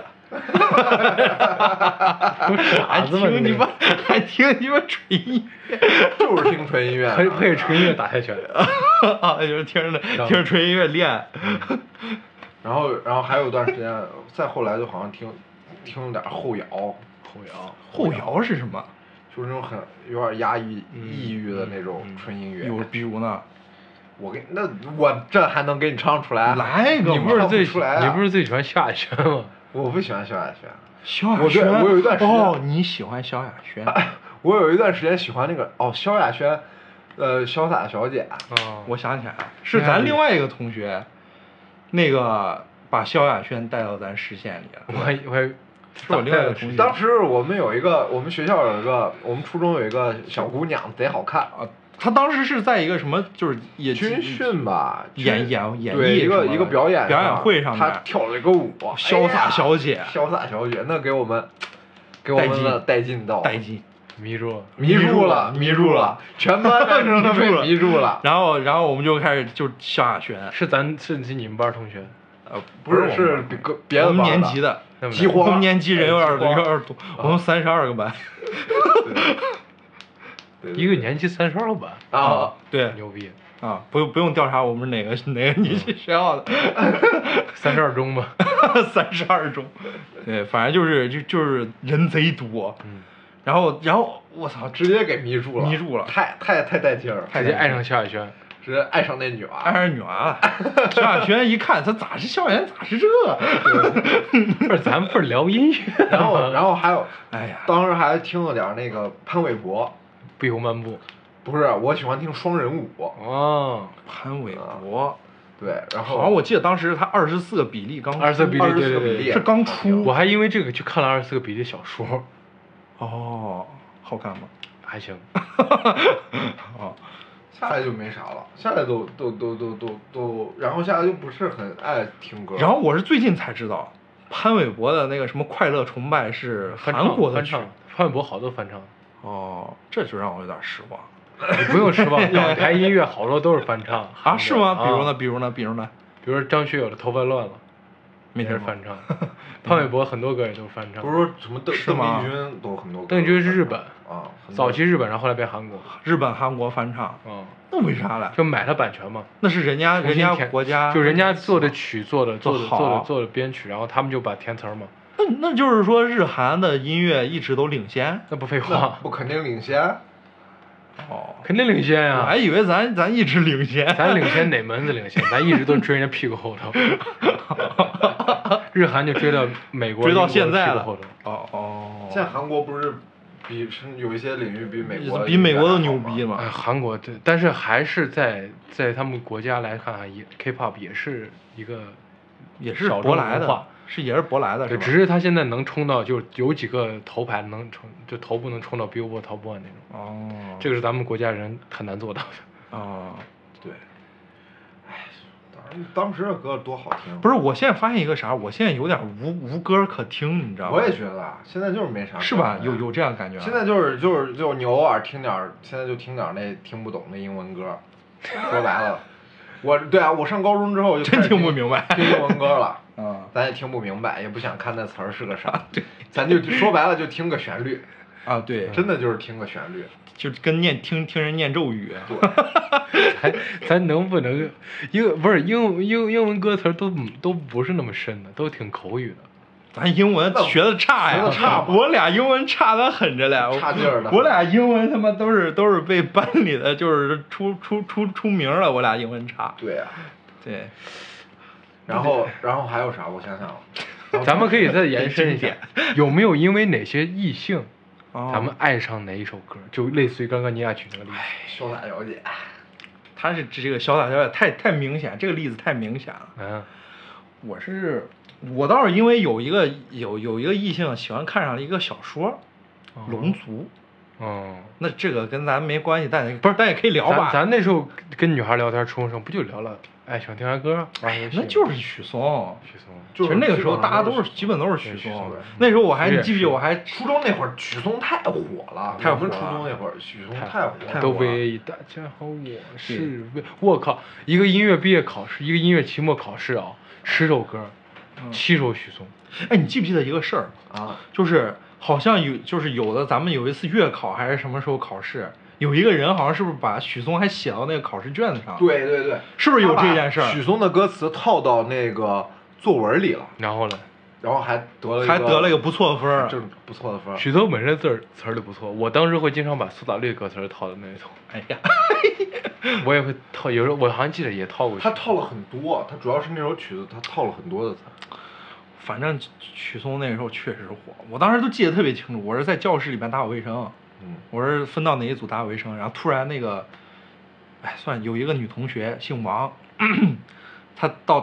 还听你们纯音乐， 就是听纯音乐， 配纯音乐打泰拳啊，就是听着纯音乐练。 然后还有一段时间，再后来就好像听点后摇。 后摇是什么？ 就是那种有点压抑、抑郁的那种纯音乐。 比如呢？ 我这还能给你唱出来？ 来一个， 你不是最喜欢萧亚轩吗？ 我不喜欢萧亚轩。 萧亚轩， 我有一段时间你喜欢萧亚轩？ 我有一段时间喜欢那个萧亚轩，潇洒小姐。 我想起来了，是咱另外一个同学。那个把萧亚轩带到咱视线里了。 是我另外一个同学。 当时我们学校有一个，我们初中有一个小姑娘，贼好看啊。她当时是在一个什么，就是也军训吧， 演对绎一个表演会上面， 她跳了一个舞， 潇洒小姐， 潇洒小姐，那给我们的带劲到， 迷住了，全班男生都被迷住了。 然后我们就开始就萧亚轩， 是你们班同学？ 不是，是别的我们年级的，我们年级人有点多，我们32个班。 一个年级32个班啊， 对， 牛逼啊！不用调查我们哪个年级学校的 ，32中吧 ，32中，对，反正就是人贼多，然后我操， 直接给迷住了，太带劲了， 直接爱上萧亚轩， 直接爱上那女娃， 了。萧亚轩一看，他咋是萧亚轩，咋是这？ 不是，咱们不是聊音乐， 然后还有， 哎呀， 当时还听了点那个潘玮柏。 碧红漫步， 不是，我喜欢听双人舞。 哦， 潘玮柏， 对，然后好像我记得当时他24个比例刚 24比例，对， 是刚出。 我还因为这个去看了24个比例小说。 哦，好看吗？ 还行。 哦， 下来就没啥了，下来都，然后下来就不是很爱听歌。 然后我是最近才知道，潘玮柏的那个什么《快乐崇拜》是韩国的翻唱，潘玮柏好多翻唱。 哦，这就让我有点失望。 你不用失望，港台音乐好多都是翻唱啊？是吗？比如呢？ 比如张学友的《头发乱了》，没人翻唱。潘玮柏很多歌也都翻唱。 不是说什么邓丽君都很多歌。 邓丽君是日本啊， 早期日本，然后后来变韩国。 日本、韩国翻唱。那为啥嘞？ 就买他版权嘛。 那是人家国家， 就人家做的曲做的编曲，然后他们就把填词嘛。 那就是说，日韩的音乐一直都领先？ 那不废话， 不肯定领先。 哦， 肯定领先呀！ 我还以为咱一直领先。 咱领先哪门子领先？咱一直都追人家屁股后头。日韩就追到美国， 追到现在了。 哦。现在韩国不是有一些领域比美国都牛逼嘛？ 韩国对，但是还是在他们国家来看，K-pop 也是一个也是舶来的。也是舶来的， 对，只是他现在能冲到，就有几个头牌能冲，就头部能冲到 Billboard Top 1那种。 哦， 这个是咱们国家人很难做到的。 哦，对。哎，当时的歌多好听。 不是，我现在发现一个啥，我现在有点无歌可听，你知道吗？ 我也觉得，现在就是没啥。 是吧？有这样感觉。 现在就是你偶尔听点，现在就听点那听不懂的英文歌。说白了，我上高中之后就真听不明白听英文歌了。咱也听不明白，也不想看那词儿是个啥，咱就说白了就听个旋律啊，对， 真的就是听个旋律， 就跟听人念咒语。 对，咱能不能英文歌词都不是那么深的，都挺口语的。 咱英文学的差呀，我俩英文差得很着嘞， 差劲儿的。 我俩英文他妈都是被班里的就是出名了，我俩英文差。 对呀， 对。 然后还有啥？我想想， 咱们可以再延伸一点，有没有因为哪些异性，咱们爱上哪一首歌？就类似于刚刚你俩举那个例子， 潇洒小姐， 她是这个潇洒小姐太明显，这个例子太明显了。我倒是因为有一个异性喜欢看上了一个小说，《龙族》。那这个跟咱没关系，但也可以聊吧。 咱那时候跟女孩聊天初中生不就聊了？哎，喜欢听啥歌？ 那就是许嵩。 其实那个时候大家基本都是许嵩。那时候你记不记得我还初中那会儿许嵩太火了，我们初中那会儿许嵩太火了。 都为大家好，我靠，一个音乐毕业考试，一个音乐期末考试啊，10首歌，7首许嵩。 哎，你记不记得一个事儿啊？就是好像有的咱们有一次月考还是什么时候考试？有一个人好像是不是把许嵩还写到那个考试卷子上？ 对， 是不是有这件事儿？ 许嵩的歌词套到那个作文里了， 然后还得了一个不错的分， 就是不错的分。 许嵩本身词儿就不错，我当时会经常把苏打绿歌词套的那种。 哎呀， 我也会套，有时候我好像记得也套过。 他套了很多，他主要是那首曲子他套了很多的词。 反正许嵩那个时候确实火，我当时都记得特别清楚。我是在教室里边打扫卫生。我是分到哪一组打扫卫生，然后突然那个，有一个女同学姓王，她到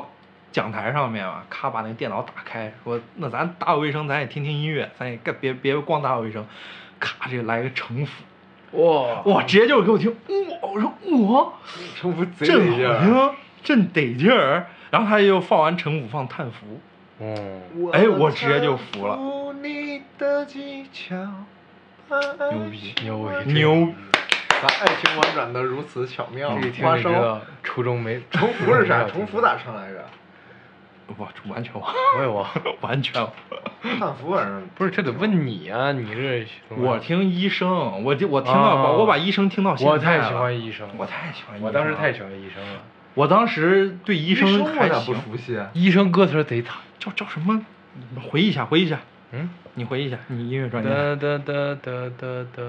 讲台上面嘛，咔把那个电脑打开，说那咱打扫卫生，咱也听听音乐，咱也别光打扫卫生，咔这来个城府，哇，直接就给我听，我说我城府贼真得劲儿。 好听，真得劲儿。然后他又放完城府放叹服，哎我直接就服了。 你的技巧， 牛逼牛逼！ 把爱情婉转的如此巧妙。 这一听花生就知道初中没重复是啥？重复咋唱来着？ 我完全忘， 我也忘， 完全忘。 汉服反正不是这得问你啊，你这我听医生，我听到我把医生听到现在了。 我太喜欢医生了， 我太喜欢医生了。 我当时太喜欢医生了。 我当时对医生还我咋不行。 熟悉？ 医生歌词贼惨， 叫什么？回忆一下，回忆一下。 嗯， 你回忆一下，你音乐专哒业。 哒哒哒哒哒。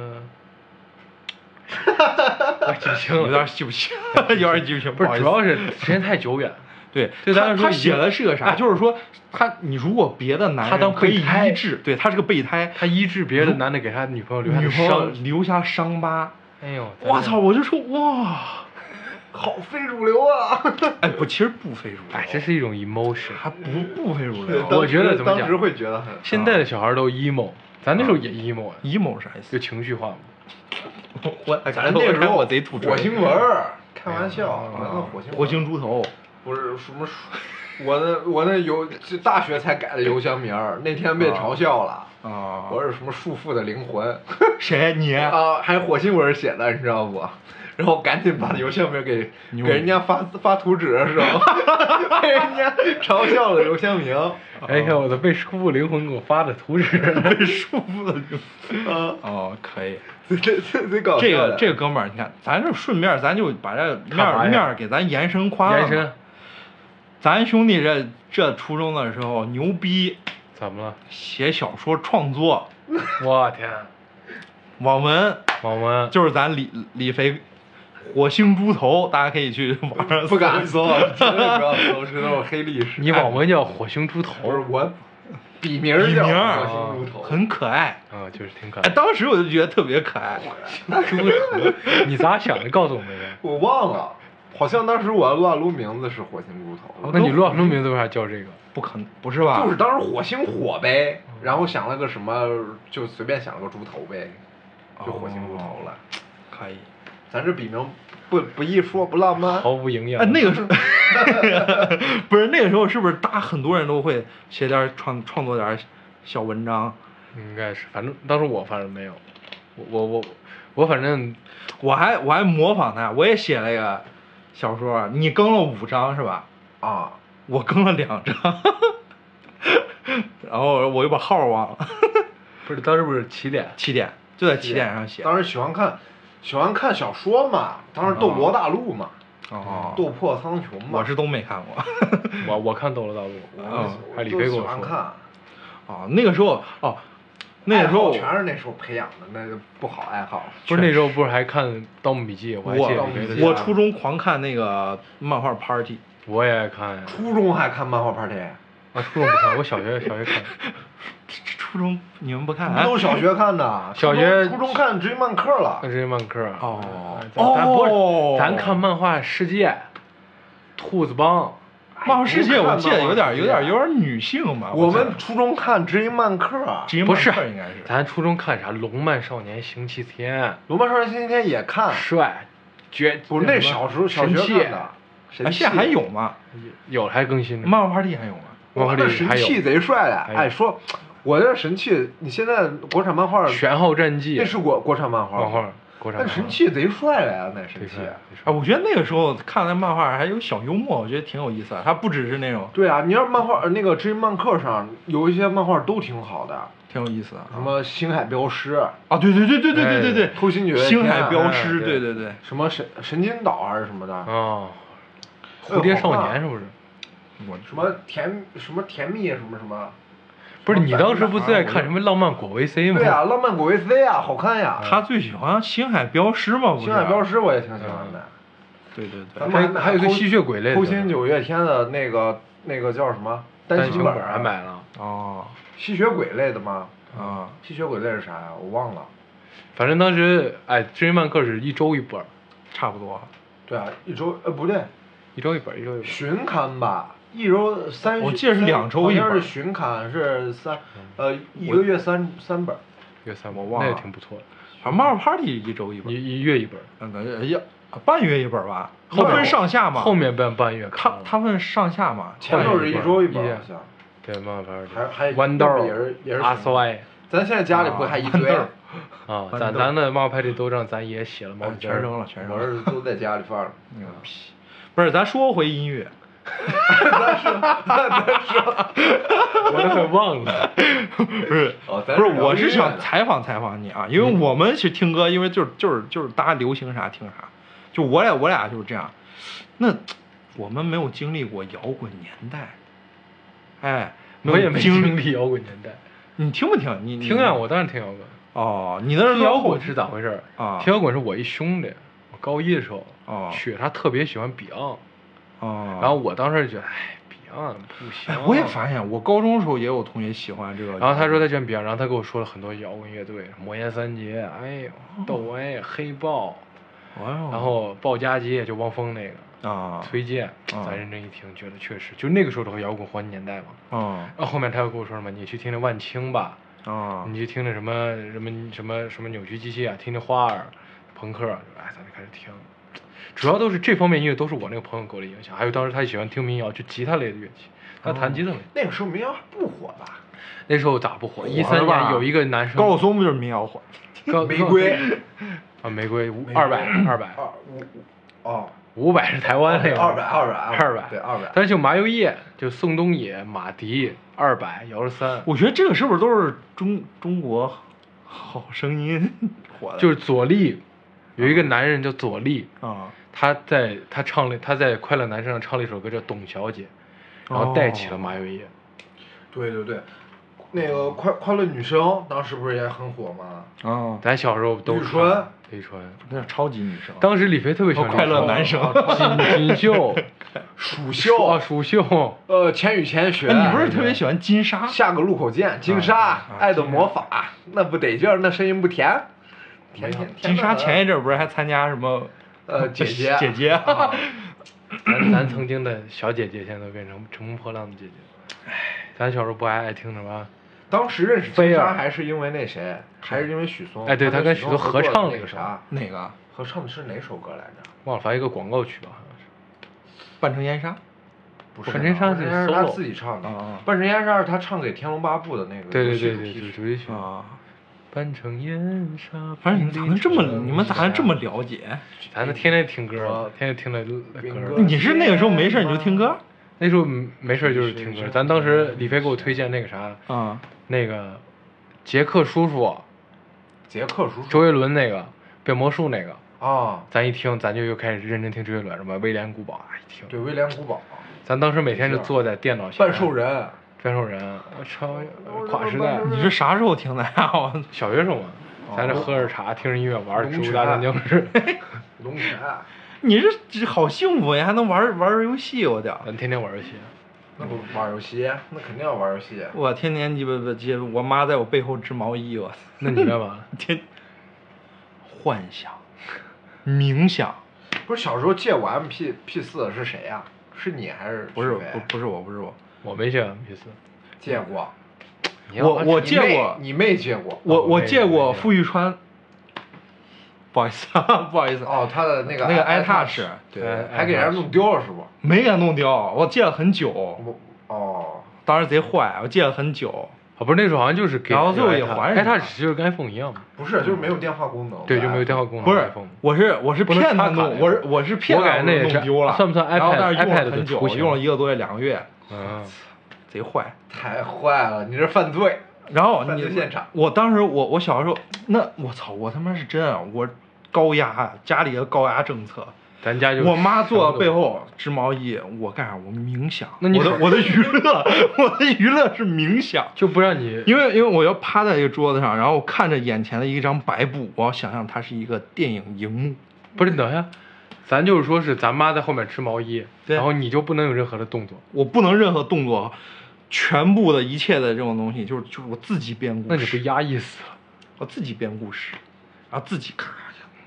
我记不清了， 有点记不清，有点记不清。 不是， 好意思主要是时间太久远。 对， 对咱来说他写的是个啥？就是说你如果别的男人他当可以备胎医治，对他是个备胎， 他医治别的男的给他女朋友留下的女朋友伤。 留下伤疤。 哎呦， 我操！我就说哇， 好非主流啊！ 哎不，其实不非主流， 哎，这是一种 emotion。 还不非主流。 我觉得怎么讲当时会觉得很。 现在的小孩都 emo，咱那时候也 emo 啊， emo 啥意思？ 就情绪化嘛。 咱那时候我贼土火星文儿，开玩笑，那火星猪头。 不是什么，我那就大学才改的邮箱名儿，那天被嘲笑了。 啊， 我是什么束缚的灵魂？ 谁你？ 啊，还火星文写的，你知道不？然后赶紧把邮箱名给人家发图纸的时候，被人家嘲笑了邮箱名。 哎呀，我的被束缚灵魂给我发的图纸， 被束缚的灵魂。哦，可以。 这搞笑。 这个哥们儿，你看，咱就顺便，咱就把这面给咱延伸宽了。 延伸。 咱兄弟这初中的时候牛逼。 怎么了？ 写小说创作。 我天！ 网文就是咱李飞火星猪头，大家可以去网上不敢搜，绝对不要搜，这都是黑历史。 你网文叫火星猪头？ 不是我，笔名叫火星猪头， 很可爱啊，就是挺可爱。 哎，当时我就觉得特别可爱。 猪头，你咋想的？告诉我们一下。 我忘了，好像当时我乱录名字是火星猪头。 那你乱录名字为啥叫这个？ 不可能，不是吧？ 就是当时火星火呗，然后想了个什么，就随便想了个猪头呗，就火星猪头了。 可以， 咱这笔名不一说不浪漫， 毫无营养。 哎，那个是，不是那个时候是不是大家很多人都会写点创作点小文章？ 应该是，反正当时我反正没有，我反正我还模仿他，我也写了一个小说，你更了5章是吧？ 啊。 我更了2章，然后我又把号忘了。 不是当时不是起点就在起点上写。 当时喜欢看小说嘛，当时斗罗大陆嘛，斗破苍穹嘛。 我是都没看过。 我看斗罗大陆，还李飞跟我说。 看。 哦，那个时候那个时候全是那时候培养的，那个不好爱好。 不是那时候不是还看《盗墓笔记》，我还借李飞的。 我初中狂看那个漫画 Party。 我也爱看呀。 初中还看漫画 Party？ 啊，初中不看，我小学看。 初中你们不看？ 都小学看的。 小学、 初中看《知音漫客》了。 知音漫客。 哦。 咱看漫画世界，兔子帮。 漫画世界我记得有点女性嘛。 我们初中看《知音漫客》。 不是， 应该是。 咱初中看啥？《龙漫少年星期天》。 龙漫少年星期天也看。 帅， 不是那小时候小学看的。 现在还有吗？ 有还更新。 漫画 Party 还有吗？ 漫画 Party 神器贼帅的，哎，说我这神器，你现在国产漫画《 玄浩战记》 那是国产漫画， 国产。 那神器贼帅了呀，那神器。 啊，我觉得那个时候看那漫画还有小幽默，我觉得挺有意思的。它不只是那种。 对啊，你要漫画那个知音漫客上有一些漫画都挺好的， 挺有意思的。 什么星海镖师啊，对， 偷心绝星海镖师，对， 什么神经岛还是什么的啊。蝴蝶少年是不是？ 什么甜蜜什么？ 不是你当时不是在看什么浪漫果 VC 吗？ 对啊，浪漫果 VC 啊，好看呀。 他最喜欢星海镖师嘛？ 星海镖师我也挺喜欢的。 对。 还有个吸血鬼类的。 偷心九月天的那个叫什么？单行本还买了。 哦。 吸血鬼类的吗？ 啊。 吸血鬼类是啥呀？我忘了。 反正当时知音漫客是1周1本， 差不多。 对啊，1周不对。 1周1本。 巡刊吧， 一周3， 我记得是2周一本好像是巡刊是一个月三本。 月3 我忘了那也挺不错的。 反正漫画 Party 1周一本， 一月一本， 半月一本吧， 后面分上下嘛。 后面半月看了。 他分上下嘛， 前头是一周一本，好像。 对，漫画 Party。 还豌豆也是阿衰。 咱现在家里不还一堆啊，咱的漫画 Party 都让咱爷写了毛笔字， 全扔了，全扔了。 我儿子都在家里放着。 牛逼！不是，咱说回音乐。 我都快忘了。 不是，不是，我是想采访你啊，因为我们其实听歌，因为就是大家流行啥听啥，就我俩就是这样。那我们没有经历过摇滚年代，哎， 我也没经历摇滚年代。 你听不听？你听啊，我当然听摇滚。 哦，你那是听摇滚是咋回事啊？ 听摇滚是我一兄弟，我高一的时候，他特别喜欢 Beyond。 哦， 然后我当时就觉得，哎 ，Beyond 不行。 我也发现，我高中的时候也有同学喜欢这个。 然后他说他喜欢 Beyond，然后他给我说了很多摇滚乐队，魔岩三杰，哎呦，窦唯、黑豹，然后鲍家街就汪峰那个啊， 崔健，咱认真一听，觉得确实，就那个时候的摇滚黄金年代嘛。然后后面他又跟我说什么，你去听听万青吧，你去听听什么扭曲机械啊，听听花儿、朋克，哎，咱就开始听。主要都是这方面音乐，都是我那个朋友给我的影响。还有当时他喜欢听民谣，就吉他类的乐器，他弹吉他类。 那个时候民谣还不火吧？ 那时候咋不火？13年有一个男生， 高晓松不就是民谣火？ 玫瑰啊，玫瑰200 哦 ，500是台湾那个 ，200对200。 但是就麻油叶，就宋冬野、马迪200摇着3。 我觉得这个是不是都是中国好声音火的？ 就是左立，有一个男人叫左立啊。 他在快乐男生上唱了一首歌叫《董小姐》，然后带起了麻油叶。 对，那个快乐女生当时不是也很火吗？ 咱小时候都李春， 那超级女生。 当时李飞特别喜欢快乐男生， 锦绣、 蜀绣蜀绣， 千与千寻。 你不是特别喜欢金莎？ 下个路口见，金莎，爱的魔法，那不得劲儿，那声音不甜。 金莎前一阵不是还参加什么？姐姐， 咱曾经的小姐姐现在都变成乘风破浪的姐姐。唉，咱小时候不还爱听什么？ 当时认识金莎还是因为那谁，还是因为许嵩。 哎，对，他跟许嵩合唱那个啥， 哪个？ 合唱的是哪首歌来着？ 忘了，反正一个广告曲吧，好像是。 半城烟沙。 不是， 半城烟沙是他自己唱的。半城烟沙是他唱给《天龙八部》的那个。 对，主题曲啊。 半城烟沙， 反正你们咋能这么了解？ 咱们天天听歌，天天听那歌。 你是那个时候没事你就听歌？ 那时候没事就是听歌。咱当时李飞给我推荐那个啥那个杰克叔叔，周杰伦那个变魔术那个咱一听咱就又开始认真听周杰伦，什么威廉古堡，一听对威廉古堡， 咱当时每天就坐在电脑前。 半兽人， 我操，跨时代！ 你是啥时候听的呀？我小学时候嘛，咱这喝着茶，听着音乐，玩《植物大战僵尸》。 龙泉， 你这好幸福呀，还能玩游戏，我屌！ 咱天天玩游戏。 那不玩游戏，那肯定要玩游戏。 我天天我妈在我背后织毛衣，我。 那你干嘛？ 幻想，冥想。 不是小时候借我 MP4是谁呀？是你还是？ 不是我。 我没借 MP4， 借过。 我借过， 你没借过。 我借过傅玉川。不好意思。 哦，他的那个 iTouch， 对，还给人家弄丢了是不？ 没给他弄丢，我借了很久。当时贼坏，我借了很久。 不是那时候好像就是给， 然后最后也还人。 iTouch 就是跟 iPhone 一样嘛。 不是，就是没有电话功能。 对，就没有电话功能。 不是，我是骗他弄，我是骗他弄丢了。 算不算 iPad？ 然后但是用了很久，用了1个多月2个月。贼坏。 太坏了，你这犯罪。 然后犯罪现场。 我当时我小时候，那我操，我他妈是真啊！我高压，家里的高压政策。 咱家就我妈坐背后织毛衣，我干啥？我冥想。 那你我的娱乐是冥想， 就不让你， 因为我要趴在一个桌子上，然后看着眼前的一张白布，我要想象它是一个电影荧幕。 不是，等一下，咱就是说是咱妈在后面织毛衣，然后你就不能有任何的动作。 我不能任何动作，全部的一切的这种东西，就是我自己编故事。 那你不压抑死了？ 我自己编故事，然后自己咔。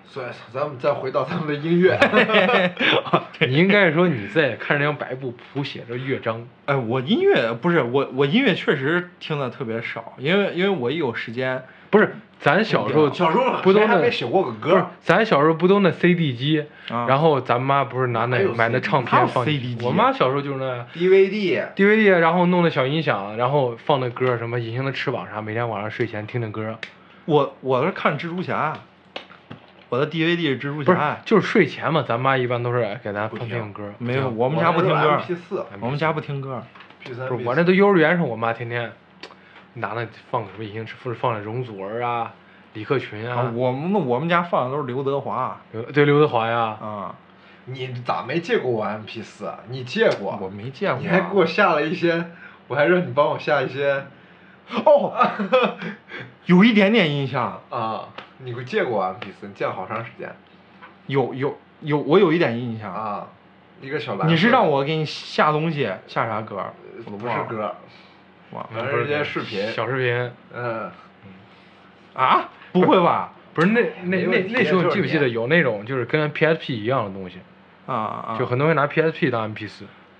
所以咱们再回到咱们的音乐， 你应该是说你在看这张白布谱写着乐章。 哎，我音乐不是我音乐确实听的特别少，因为我一有时间， 不是，咱小时候小时候不都那谁还没写过个不是歌？， 咱小时候不都那 CD 机， 啊然后咱妈不是拿那哪有买那 CD 唱哪有片放进 CD 去。 机我妈小时候就是那 DVD， DVD，然后弄那小音响，然后放那歌，什么《隐形的翅膀》啥，每天晚上睡前听那歌。 我是看蜘蛛侠，我的 DVD 是蜘蛛不是侠，， 就是睡前嘛，咱妈一般都是给咱不听放听歌。 没有， 不我们家不听歌， MP4， 我们家不听歌。 P3， 是我那都幼儿园时候，我妈天天拿那放什么隐形翅，不是放那容祖儿啊、李克群啊， 我们家放的都是刘德华对刘德华呀， 啊， 你咋没借过我 MP4？你借过？ 我没见过。 你还给我下了一些，我还让你帮我下一些。 哦，有一点点印象， 啊，你给我借过我 MP4？你借了好长时间。 我有一点印象。 啊，一个小蓝。 你是让我给你下东西，下啥歌？我都不是忘了。 歌， 忘了反正是些视频。 小视频。 嗯， 啊？不会吧？ 不是那没问题那时候就是记不记得你有那种就是跟 PSP 一样的东西， 啊， 就很多人拿 PSP 当 MP4。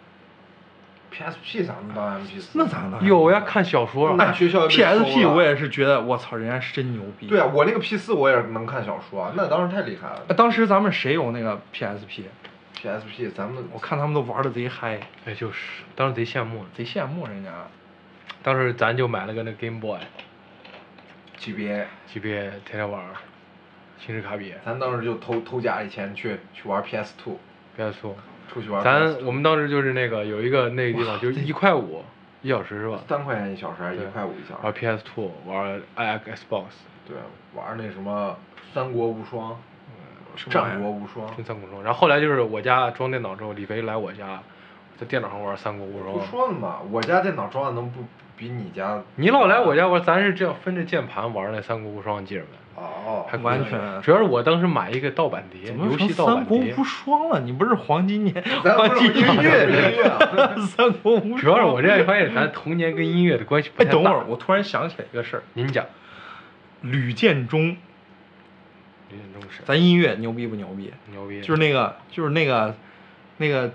PSP 咋能当 MP4？ 那咋能？ 有呀，看小说。 那学校被收了 PSP 我也是觉得，我操，人家是真牛逼。 对啊，我那个 P4我也能看小说，那当时太厉害了。 当时咱们谁有那个 PSP？ PSP 咱们我看他们都玩的贼嗨， 哎，就是当时贼羡慕， 贼羡慕人家。 当时咱就买了个那 Game Boy， GBA， 级别天天玩儿，星之卡比咱当时就偷家里钱去玩 PS2， PS2。 出去玩 PS2。 咱我们当时就是那个有一个那个地方就是1.5块1小时是吧？ 3块钱1小时还是对 1块5一小玩时？ PS2，玩 Xbox， 对，玩那什么三国无双， 什么玩意儿战国无双。 真三国无双。然后后来就是我家装电脑之后，李飞来我家，在电脑上玩三国无不双。 说了嘛，我家电脑装的能不比你家？ 你老来我家玩，咱是这样分着键盘玩那三国无双，你记着没？ 哦， 还完全主要是我当时买一个盗版碟， 怎么游戏成盗版碟三国无。双了？你不是黄金年？ 咱黄金不是音乐音乐啊三国无双。 主要是我这样发现，咱童年跟音乐的关系不哎， 太大。 等会儿，我突然想起来一个事儿， 您讲， 吕建中， 李建中是咱音乐牛逼不牛逼？ 牛逼， 就是那个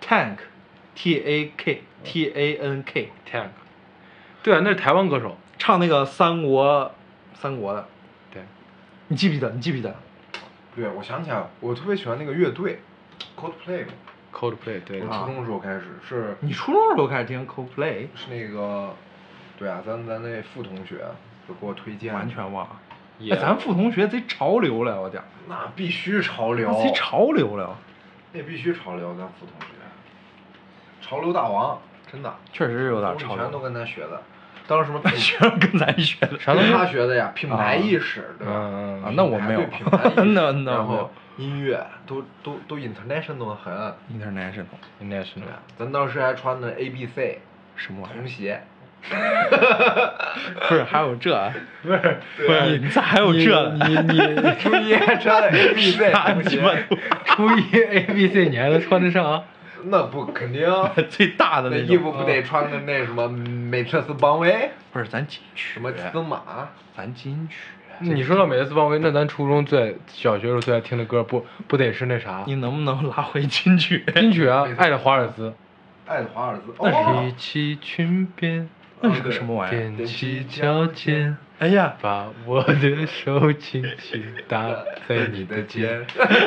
Tank，T-A-N-K， Tank。对啊，那是台湾歌手。 唱那个三国的， 对， 你记不记得？你记不记得？ 对，我想起来了，我特别喜欢那个乐队，Coldplay。 Coldplay，对我初中的时候开始是你初中的时候开始听 Coldplay， 是那个，对啊，咱那副同学就给我推荐。 完全忘了。 也哎，咱副同学贼潮流了，我讲， 那必须潮流， 贼潮流了， 那必须潮流，咱副同学，潮流大王，真的， 确实是有点潮全都流。 跟他学的，当时什么品学生跟咱学的， 啥东西他学的呀，品牌意识，对吧？ 嗯啊那我没有品牌意识那然我没有后音乐都 international 很， international 应该是对啊，咱当时还穿的 ABC 什么玩意儿？ 童鞋， 不是，还有这？ 不是不是，你咋还有这？ 你初一还穿的 ABC 童鸡巴鞋， 初一 ABC 你还能穿得上？ 那不肯定， 最大的那那种衣服不得穿个那什么美特斯邦威， 不是咱金曲， 什么司马， 咱金曲。 你说到美特斯邦威，那咱初中小学时候最爱听的歌不得是那啥？ 你能不能拉回金曲？ 金曲啊，爱的华尔兹。 爱的华尔兹， 提哦， 起裙边， 那是个什么玩意儿？ 踮起脚尖， 哎呀， 把我的手轻轻搭在你的肩。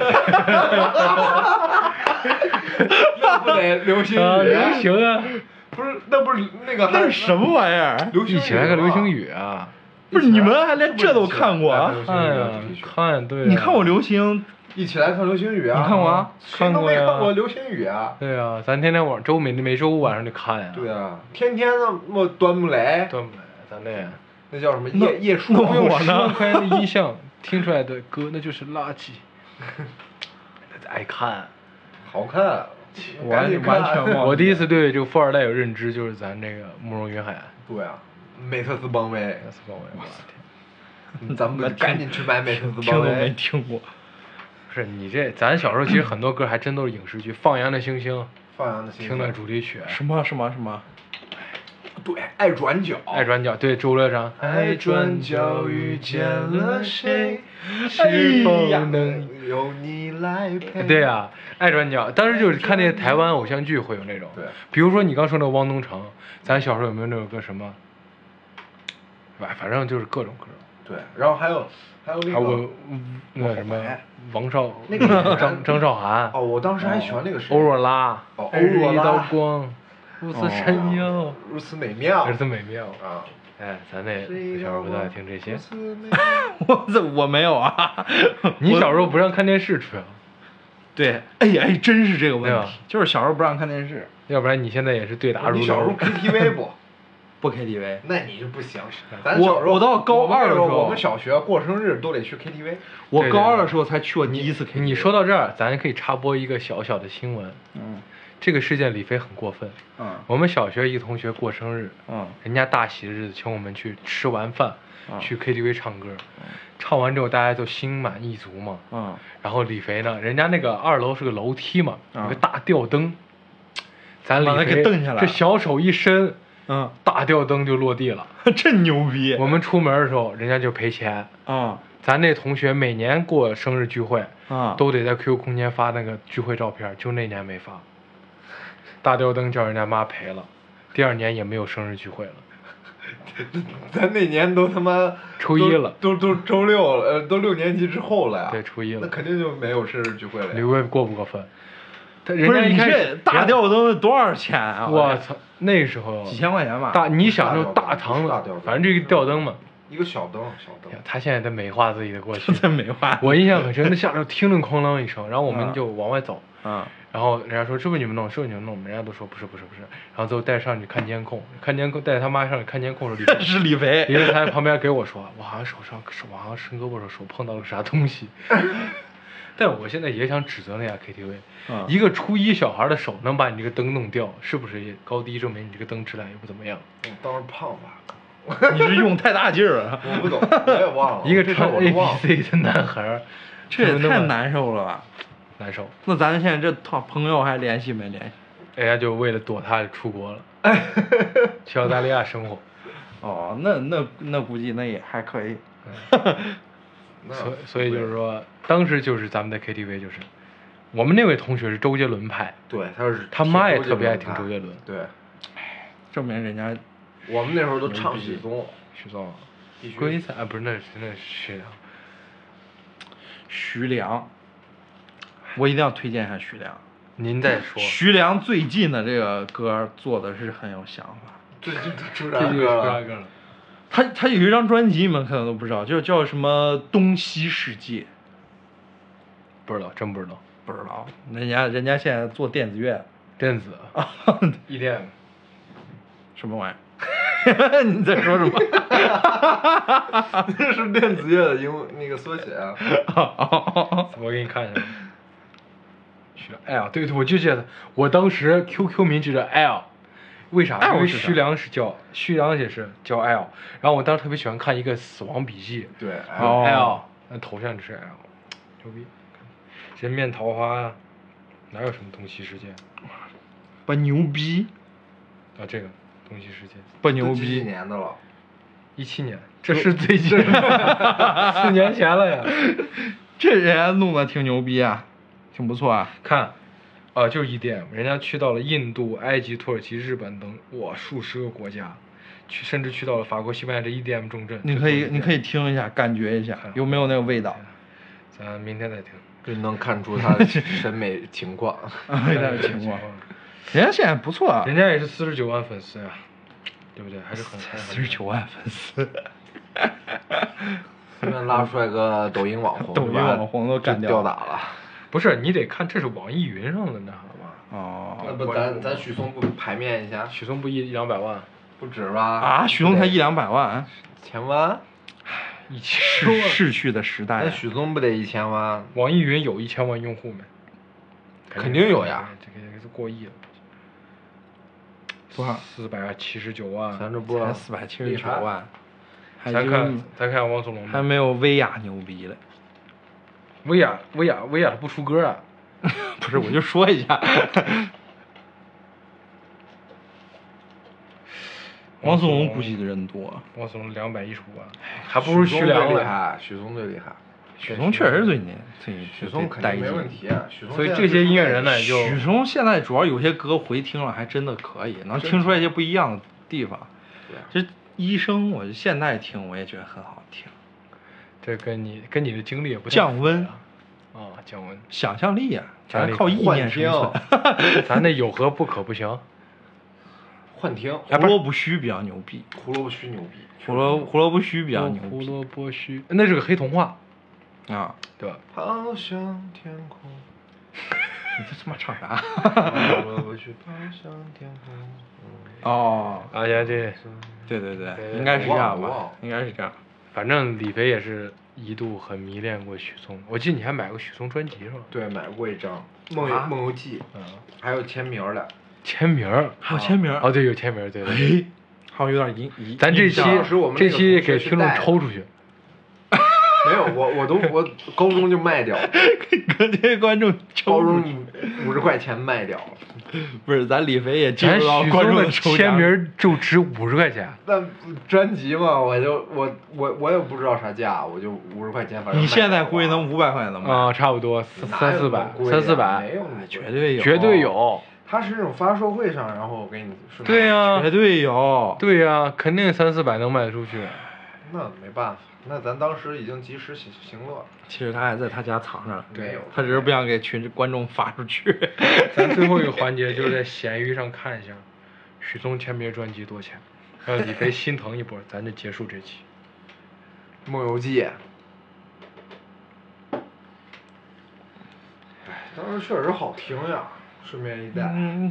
那不得流星啊， 雨？ 流行啊！ 不是，那不是那个那是什么玩意儿？ 流星雨一起来个流星吗？ 雨啊！ 不是你们还连这都看过啊？ 看呀看，对啊。 你看过流星？ 一起来看流星雨啊！ 你看过啊谁都没看过呀看过流星雨啊！ 对啊，咱天天每周五晚上就看呀。 对啊，天天那么端木雷， 对不对？咱这那叫什么那夜书？ 那不用我呢 10万块钱的音像听出来的歌，那就是垃圾。爱看。 好看， 完赶紧看完全忘我第一次对这个富二代有认知，就是咱这个慕容云海。 对啊，美特斯邦威， 美特斯邦威，我的天！ 咱们赶紧去买美特斯听都没邦威。 听过。 不是你这，咱小时候其实很多歌还真都是影视剧，《放羊的星星》 放羊的星星听那主题曲， 什么什么什么？ 对，爱转角， 爱转角，对，周乐章。 爱转角遇见了谁？是否能由你来陪？ 对啊，爱转角，当时就是看那些台湾偶像剧会有那种， 对， 比如说你刚说那个汪东城，咱小时候有没有那首歌什么？反正就是各种歌。 对，然后还有那个那个什么王少， 那个张韶涵。 哦，我当时还喜欢那个谁， 欧若拉。 哦，欧若一道拉， 光，如此闪耀， 如此美妙， 如此美妙。 啊！ 哎，咱那小时候都爱听这些。 我没有啊， 你小时候不让看电视去啊？ 对，哎，真是这个问对吧题，就是小时候不让看电视， 要不然你现在也是对答如流。 你小时候 KTV 不？ 不 KTV。 那你就不行。咱小时候我到高二的时候， 我们小学过生日都得去 KTV。 我高二的时候才去过第一次 KTV。 你说到这儿，咱可以插播一个小小的新闻。这个事件李飞很过分。我们小学一个同学过生日，人家大喜日子请我们去吃完饭，去 KTV 唱歌，唱完之后大家都心满意足嘛。然后李飞呢，人家那个2楼是个楼梯嘛，有个大吊灯，咱李飞这小手一伸，大吊灯就落地了， 真牛逼！ 我们出门的时候，人家就赔钱。咱那同学每年过生日聚会，都得在 QQ 空间发那个聚会照片，就那年没发。大吊灯叫人家妈赔了，第2年也没有生日聚会了。 咱那年都他妈初一了， 都周六了，都6年级之后了呀。 对，初一了， 那肯定就没有生日聚会了呀。 刘贵过不过分？ 不是你这大吊灯多少钱啊？ 我操，那时候几千块钱吧。 你想就大堂，反正这个吊灯嘛， 一个小灯。 他现在在美化自己的过去， 在美化。 我印象很深，那下头听着哐啷一声，然后我们就往外走。然后人家说是不是你们弄，是不是你们弄，人家都说不是，然后最后带上去看监控，带他妈上去看监控是李飞， 是李飞， 李飞在旁边给我说，我好像我好像伸胳膊时候手碰到了啥东西，但我现在也想指责那家 KTV，一个初一小孩的手能把你这个灯弄掉，是不是也高低证明你这个灯质量也不怎么样？ 当时胖吧， 你是用太大劲儿了， 我不懂，我也忘了， 一个穿 ABC 的男孩， 这也太难受了吧。 难受。 那咱现在这朋友还联系没联系？ 人家就为了躲他出国了，去澳大利亚生活。 哦，那估计那也还可以。 所以就是说，当时就是咱们的 KTV 就是，我们那位同学是周杰伦派， 对， 他妈也特别爱听周杰伦， 对， 证明人家我们那时候都唱许嵩， 龟仔不是那是徐良。我一定要推荐一下徐良。 您再说。 徐良最近的这个歌做的是很有想法。 最近出啥歌了？ 他有一张专辑，你们可能都不知道，就叫什么《东西世界》。 不知道，真不知道。 不知道，人家现在做电子乐。 电子啊 ，EDM。 什么玩意儿？你在说什么？ 这是电子乐的那个缩写啊。 我给你看一下。L， 对，我就记得，我当时 QQ 名就叫 L， 为啥？因为徐良也是叫 L， 然后我当时特别喜欢看一个《死亡笔记》， 对 ，L， 那头像就是 L， 牛逼，人面桃花呀，哪有什么东西世界？ 不牛逼啊，这个东西世界不牛逼， 几年的了 ？17年，这是最近4年前了呀， 这人家弄得挺牛逼啊。挺不错啊， 看，就是 EDM， 人家去到了印度、埃及、土耳其、日本等数十个国家，甚至去到了法国、西班牙这 EDM 重镇。 你可以听一下，感觉一下，有没有那个味道？ 咱明天再听， 这能看出他的审美情况。 味道情况，人家现在不错啊， 人家也是49万粉丝呀，对不对？还是很 49万粉丝。 随便拉出来个抖音网红， 抖音网红都干吊打了。 不是，你得看这是网易云上的那啥吧？ 哦， 那不咱许嵩不排面一下？ 许嵩不100-200万？ 不止吧？ 啊，许嵩才100-200万 ，1000万？ 逝去的时代。 那许嵩不得1000万？ 网易云有1000万用户没？ 肯定有呀， 这个是过亿了。 多少 ？479万。 咱这不才479万。 咱看王祖龙。 还没有薇娅牛逼了。 薇娅不出歌啊？ 不是，我就说一下。 王思聪估计的人多， 王思聪215万，还不如徐良呢。 厉害，许嵩最厉害。 许嵩确实最许嵩肯定没问题啊。许嵩所以这些音乐人呢，就许嵩现在主要有些歌回听了还真的可以，能听出来一些不一样的地方。 对， 这医生我现在听我也觉得很好听。 这跟你的经历也不太降温啊，降温， 想象力啊，咱想象力靠意念生存。 咱那有何不可不行？ 幻听， 胡萝卜须比较牛逼， 胡萝卜须牛逼， 胡萝卜须比较牛逼胡萝卜须，那是个黑童话啊， 对吧？ 抛向天空。 你这他妈唱啥？ 胡萝卜须抛向天空。 哦， 而且对，应该是这样我忘吧了， 应该是这样。 反正李飞也是一度很迷恋过许嵩，我记得你还买过许嵩专辑是吧？ 对，买过一张啊梦游记，还有签名的。 签名儿还有签名哦，对，有签名儿，对。 哎，好像有点影。 咱这期当时我们那个同学给听众抽出去。 没有，我高中就卖掉了， 跟这些观众抽高中出去 50块钱卖掉了。 不是，咱李飞也进咱入到许嵩的观众抽奖签名就值50块钱。 那专辑嘛，我也不知道啥价，我就50块钱，反正你现在估计能500块钱能卖啊，差不多300-400， 没有那么贵绝对有， 绝对有。 他是那种发售会上，然后给你顺便对呀， 绝对有。 对呀，肯定300-400能卖得出去。 那没办法，那咱当时已经及时行乐了。 其实他还在他家藏着， 没有， 他只是不想给观众发出去。 咱最后一个环节就是在闲鱼上看一下许嵩签名专辑多少钱，让李飞心疼一波，咱就结束这期。 梦游记。哎，当时确实好听呀，顺便一带。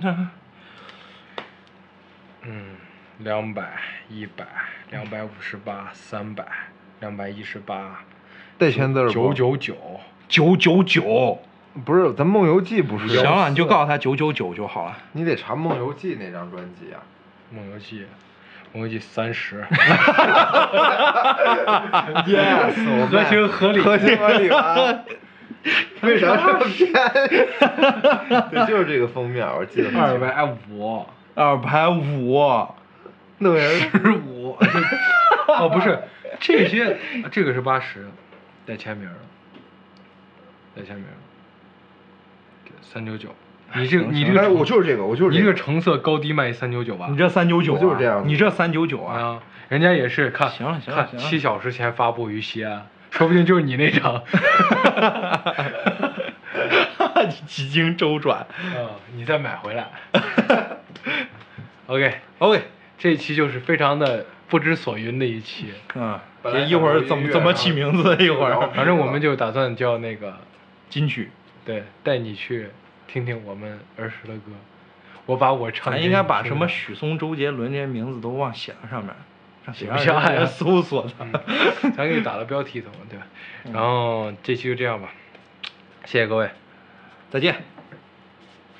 200、100、258、300、218， 带签字不 999， 999， 不是，咱梦游记不是。 行了，你就告诉他999就好了。 你得查梦游记那张专辑啊。 梦游记30。 Yes， 合情合理， 合情合理吧？为啥这么便宜？对，就是这个封面，我记得很清楚。 250， 那人 15。 哦，不是，这个是80，带签名的，399。你这个， 我就是这个， 你这个成色高低卖399吧？ 你这399， 就是这样。 你这399啊？ 啊，人家也是看， 行了， 看7小时前发布于西安，说不定就是你那张。 你几经周转， 你再买回来。OK， 这一期就是非常的不知所云的一期。 这一会儿怎么起名字？一会儿， 反正我们就打算叫那个金曲， 对，带你去听听我们儿时的歌。我把我唱， 咱应该把什么许嵩、周杰伦这些名字都忘写在上面，让人搜索它。 咱给你打了标题头，对吧？然后这期就这样吧，谢谢各位， 再见。